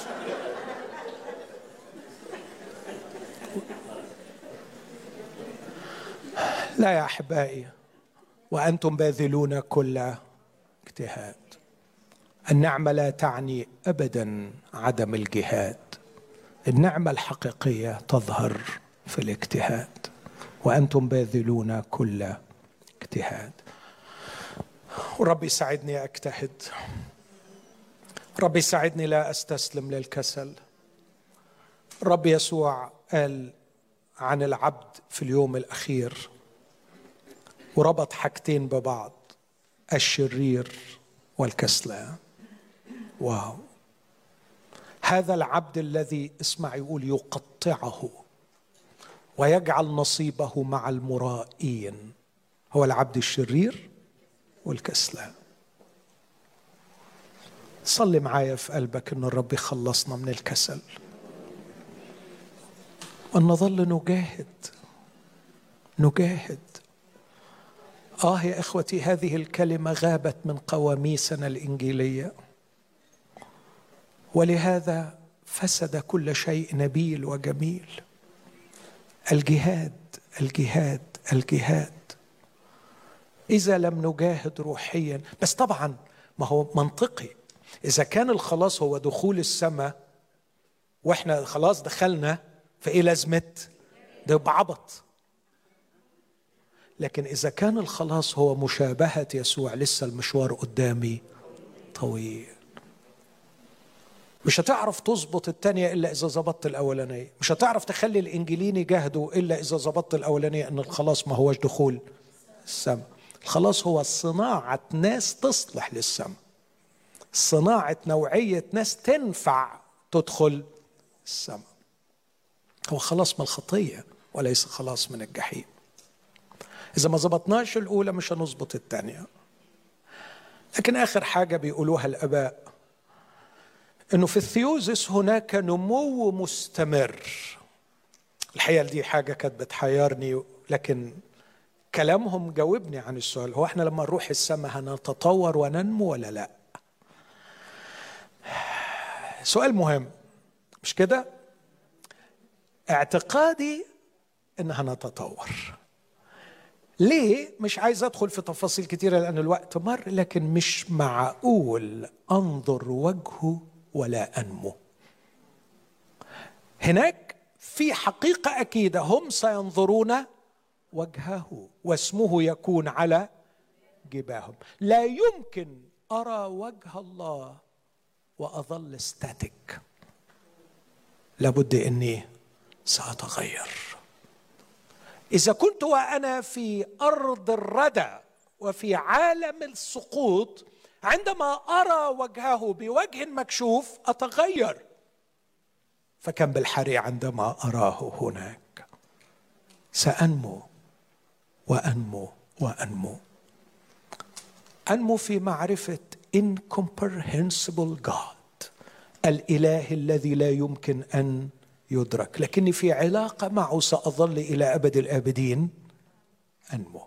S1: لا يا أحبائي، وأنتم باذلون كل اجتهاد. النعمة لا تعني أبدا عدم الجهاد. النعمة الحقيقية تظهر في الاجتهاد. وأنتم باذلون كل اجتهاد. ورب يساعدني أجتهد، رب يساعدني لا أستسلم للكسل. رب يسوع قال عن العبد في اليوم الأخير وربط حاجتين ببعض، الشرير والكسلان. واو، هذا العبد الذي اسمع يقول يقطعه ويجعل نصيبه مع المرائين هو العبد الشرير والكسلان. صلي معايا في قلبك ان الرب يخلصنا من الكسل، وان نظل نجاهد نجاهد. آه يا إخوتي، هذه الكلمة غابت من قواميسنا الإنجيلية، ولهذا فسد كل شيء نبيل وجميل. الجهاد الجهاد الجهاد. إذا لم نجاهد روحيا، بس طبعا ما هو منطقي، إذا كان الخلاص هو دخول السماء وإحنا خلاص دخلنا، فإيه لازمة ده؟ يبقى عبط. لكن إذا كان الخلاص هو مشابهة يسوع، لسه المشوار قدامي طويل. مش هتعرف تظبط التانية إلا إذا ظبطت الأولانية. مش هتعرف تخلي الإنجيليين يجاهدوا إلا إذا ظبطت الأولانية، إن الخلاص ما هوش دخول السماء. الخلاص هو صناعة ناس تصلح للسماء، صناعة نوعية ناس تنفع تدخل السماء. هو خلاص من الخطية وليس خلاص من الجحيم. إذا ما ظبطناش الأولى مش هنظبط الثانية. لكن آخر حاجة بيقولوها الآباء إنه في الثيوزس هناك نمو مستمر. الحقيقة دي حاجة كانت بتحيرني، لكن كلامهم جاوبني عن السؤال. هو احنا لما نروح السماء هنتطور وننمو ولا لا؟ سؤال مهم. مش كده؟ اعتقادي انها نتطور. ليه؟ مش عايز ادخل في تفاصيل كتيرة لان الوقت مر، لكن مش معقول انظر وجهه ولا انمو. هناك في حقيقة اكيدة، هم سينظرون وجهه واسمه يكون على جباههم. لا يمكن ارى وجه الله واظل ستاتيك، لابد اني ساتغير. إذا كنت وأنا في أرض الردى وفي عالم السقوط، عندما أرى وجهه بوجه مكشوف أتغير، فكم بالحري عندما أراه هناك سأنمو وأنمو وأنمو. أنمو في معرفة incomprehensible God، الإله الذي لا يمكن أن يدرك، لكني في علاقة معه سأظل إلى أبد الآبدين أنمو.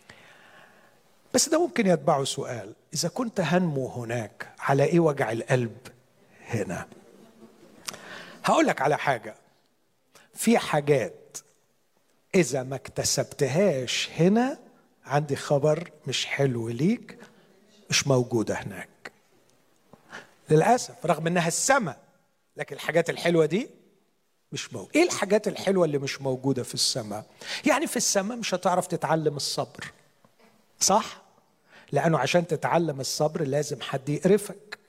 S1: بس ده ممكن يتبعه سؤال، إذا كنت هنمو هناك، على إيه وجع القلب هنا؟ هقول لك على حاجة، في حاجات إذا ما اكتسبتهاش هنا، عندي خبر مش حلو ليك، مش موجودة هناك للأسف، رغم إنها السماء، لكن الحاجات الحلوة دي مش موجودة. ايه الحاجات الحلوة اللي مش موجودة في السماء؟ يعني في السماء مش هتعرف تتعلم الصبر، صح؟ لأنه عشان تتعلم الصبر لازم حد يقرفك،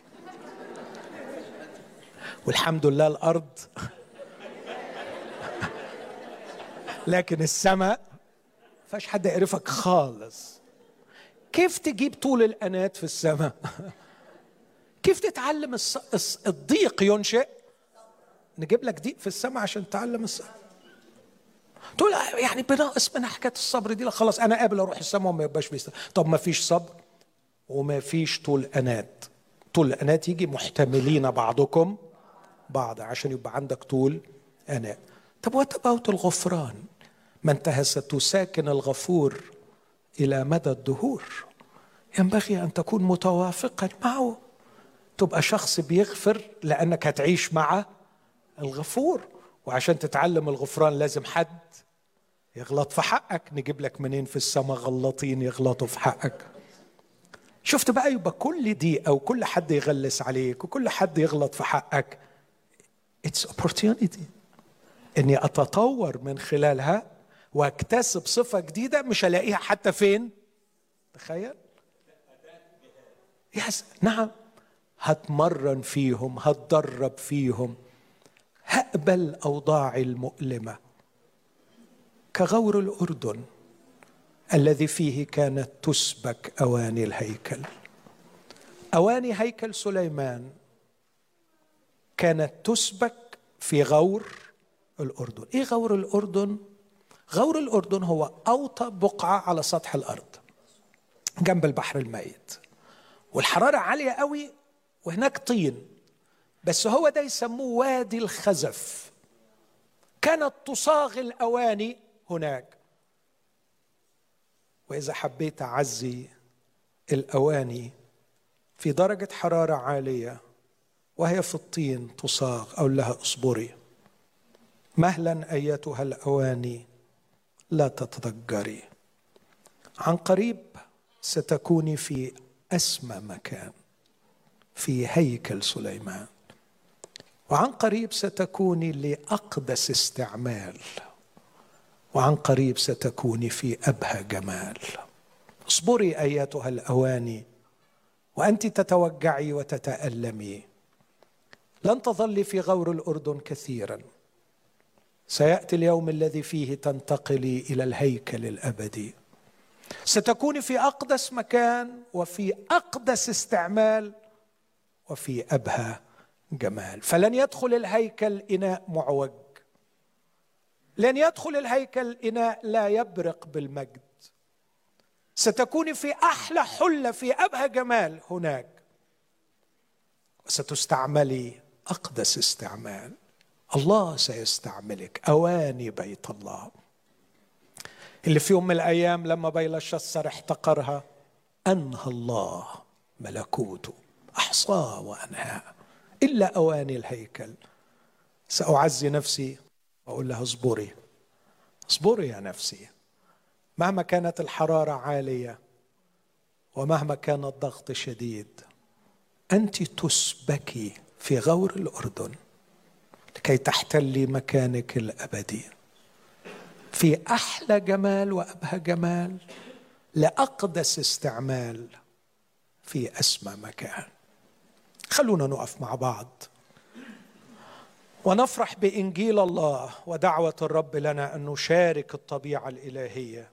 S1: والحمد لله الأرض لكن السماء فاش حد يقرفك خالص. كيف تجيب طول الأنات في السماء؟ كيف تتعلم الص... الضيق ينشئ؟ نجيب لك ضيق في السماء عشان تتعلم الصبر؟ تقول يعني بناقص منها حكايه الصبر دي، لا خلاص انا قابل اروح السماء وما يبقاش فيه. طب ما فيش صبر وما فيش طول انات. طول انات يجي محتملين بعضكم بعض عشان يبقى عندك طول انات. طب وتبوت الغفران، ما انت ستساكن الغفور الى مدى الدهور، ينبغي ان تكون متوافقا معه، تبقى شخص بيغفر لانك هتعيش مع الغفور. وعشان تتعلم الغفران لازم حد يغلط في حقك. نجيب لك منين في السماء غلطين يغلطوا في حقك؟ شفت بقى؟ يبقى كل دي او كل حد يغلس عليك وكل حد يغلط في حقك it's opportunity اني اتطور من خلالها واكتسب صفة جديدة مش هلاقيها حتى فين؟ تخيل. يس نعم، هتمرن فيهم، هتدرب فيهم، هقبل الأوضاع المؤلمة كغور الأردن الذي فيه كانت تسبك أواني الهيكل. أواني هيكل سليمان كانت تسبك في غور الأردن. إيه غور الأردن؟ غور الأردن هو أوطى بقعة على سطح الأرض جنب البحر الميت، والحرارة عالية قوي وهناك طين، بس هو ده يسموه وادي الخزف. كانت تصاغ الأواني هناك. وإذا حبيت أعزي الأواني في درجة حرارة عالية وهي في الطين تصاغ، أقول لها اصبري مهلا أيتها الأواني لا تتضجري، عن قريب ستكوني في أسمى مكان في هيكل سليمان، وعن قريب ستكوني لأقدس استعمال، وعن قريب ستكوني في أبهى جمال. اصبري أيتها الأواني وأنت تتوجعي وتتألمي، لن تظلي في غور الأردن كثيرا، سيأتي اليوم الذي فيه تنتقلي إلى الهيكل الأبدي، ستكوني في أقدس مكان وفي أقدس استعمال وفي أبهى جمال. فلن يدخل الهيكل إناء معوج، لن يدخل الهيكل إناء لا يبرق بالمجد. ستكوني في أحلى حلة في أبهى جمال هناك، وستستعملي أقدس استعمال. الله سيستعملك، أواني بيت الله اللي في يوم من الأيام لما بيلشسر احتقرها أنهى الله ملكوته، أحصاه وأنهاه، إلا أواني الهيكل سأعزي نفسي وأقول لها اصبري، اصبري يا نفسي، مهما كانت الحرارة عالية ومهما كان الضغط شديد، أنت تسبكي في غور الأردن لكي تحتلي مكانك الأبدي في أحلى جمال وأبهى جمال، لأقدس استعمال في أسمى مكان. خلونا نقف مع بعض ونفرح بإنجيل الله ودعوة الرب لنا أن نشارك الطبيعة الإلهية.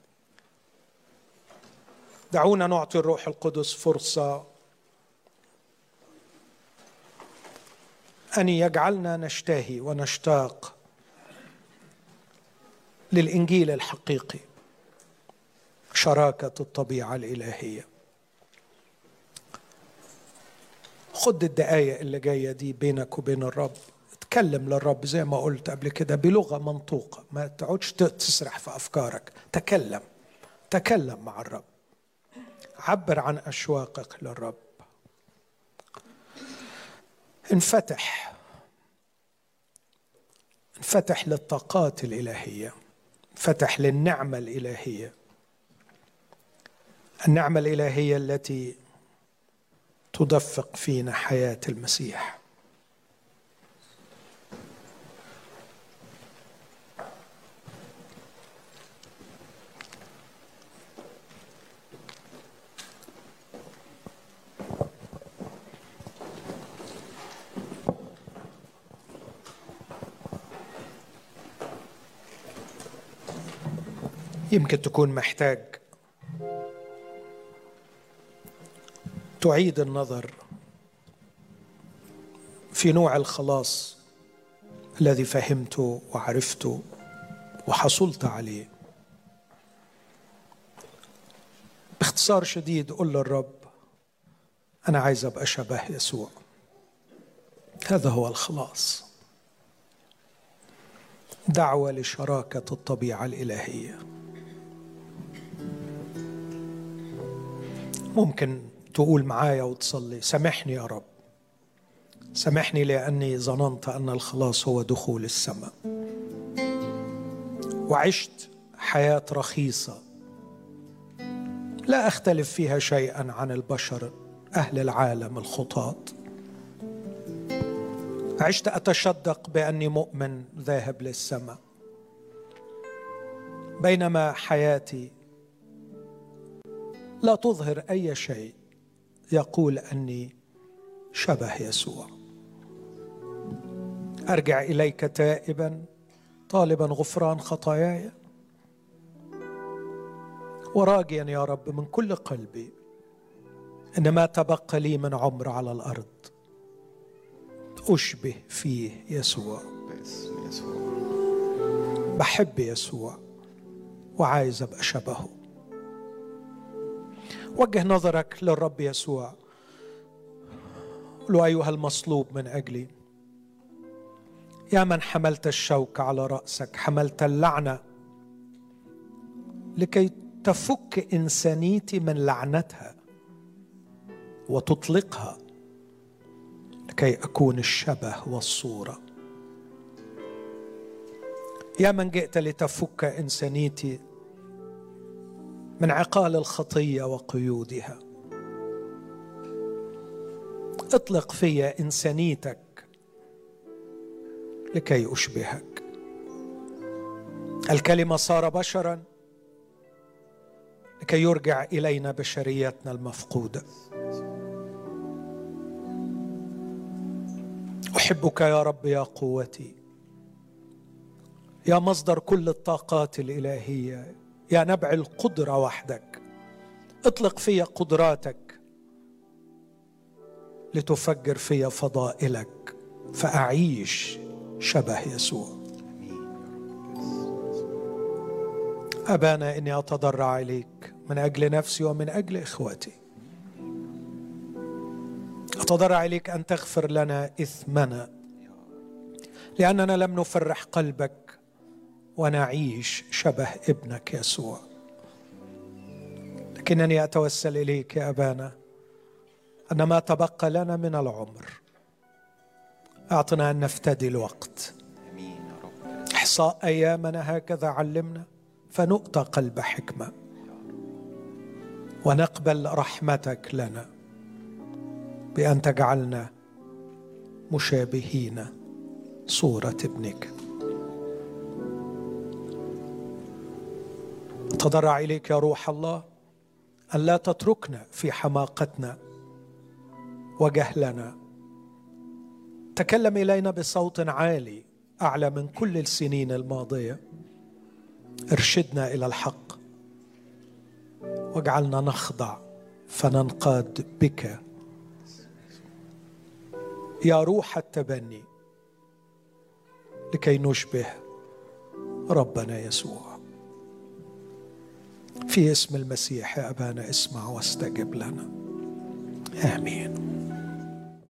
S1: دعونا نعطي الروح القدس فرصة أن يجعلنا نشتهي ونشتاق للإنجيل الحقيقي، شراكة الطبيعة الإلهية. خد الدقايق اللي جاية دي بينك وبين الرب، اتكلم للرب زي ما قلت قبل كده بلغة منطوقة، ما تقعدش تسرح في أفكارك، تكلم تكلم مع الرب، عبر عن أشواقك للرب. انفتح انفتح للطاقات الإلهية، انفتح للنعمة الإلهية، النعمة الإلهية التي تدفق فينا حياة المسيح. يمكن تكون محتاج تعيد النظر في نوع الخلاص الذي فهمته وعرفته وحصلت عليه. باختصار شديد قل للرب أنا عايز أبقى شبه يسوع. هذا هو الخلاص، دعوة لشراكة الطبيعة الإلهية. ممكن تقول معايا وتصلي سامحني يا رب، سامحني لأني ظننت أن الخلاص هو دخول السماء، وعشت حياة رخيصة لا أختلف فيها شيئا عن البشر أهل العالم الخطاة. عشت أتشدق بأني مؤمن ذاهب للسماء، بينما حياتي لا تظهر أي شيء يقول أني شبه يسوع. أرجع إليك تائبا طالبا غفران خطاياي، وراجيا يا رب من كل قلبي إن ما تبقى لي من عمر على الأرض أشبه فيه يسوع. بحب يسوع وعايز أبقى شبهه. وجه نظرك للرب يسوع، قل له أيها المصلوب من أجلي، يا من حملت الشوك على رأسك، حملت اللعنة لكي تفك إنسانيتي من لعنتها وتطلقها لكي أكون الشبه والصورة. يا من جئت لتفك إنسانيتي من عقال الخطية وقيودها، اطلق في إنسانيتك لكي أشبهك. الكلمة صار بشرا لكي يرجع إلينا بشريتنا المفقودة. أحبك يا رب يا قوتي، يا مصدر كل الطاقات الإلهية، يا نبع القدرة وحدك. اطلق في قدراتك لتفجر في فضائلك فأعيش شبه يسوع. أبانا إني أتضرع إليك من أجل نفسي ومن أجل إخوتي، أتضرع إليك أن تغفر لنا إثمنا، لأننا لم نفرح قلبك ونعيش شبه ابنك يسوع. لكنني أتوسل إليك يا أبانا أن ما تبقى لنا من العمر اعطنا أن نفتدي الوقت. احصاء أيامنا هكذا علمنا، فنؤتى قلب حكمة ونقبل رحمتك لنا بأن تجعلنا مشابهين صورة ابنك. تضرع إليك يا روح الله أن لا تتركنا في حماقتنا وجهلنا. تكلم إلينا بصوت عالي أعلى من كل السنين الماضية. ارشدنا إلى الحق واجعلنا نخضع فننقاد بك يا روح التبني لكي نشبه ربنا يسوع. في اسم المسيح يا أبانا اسمع واستجب لنا. آمين.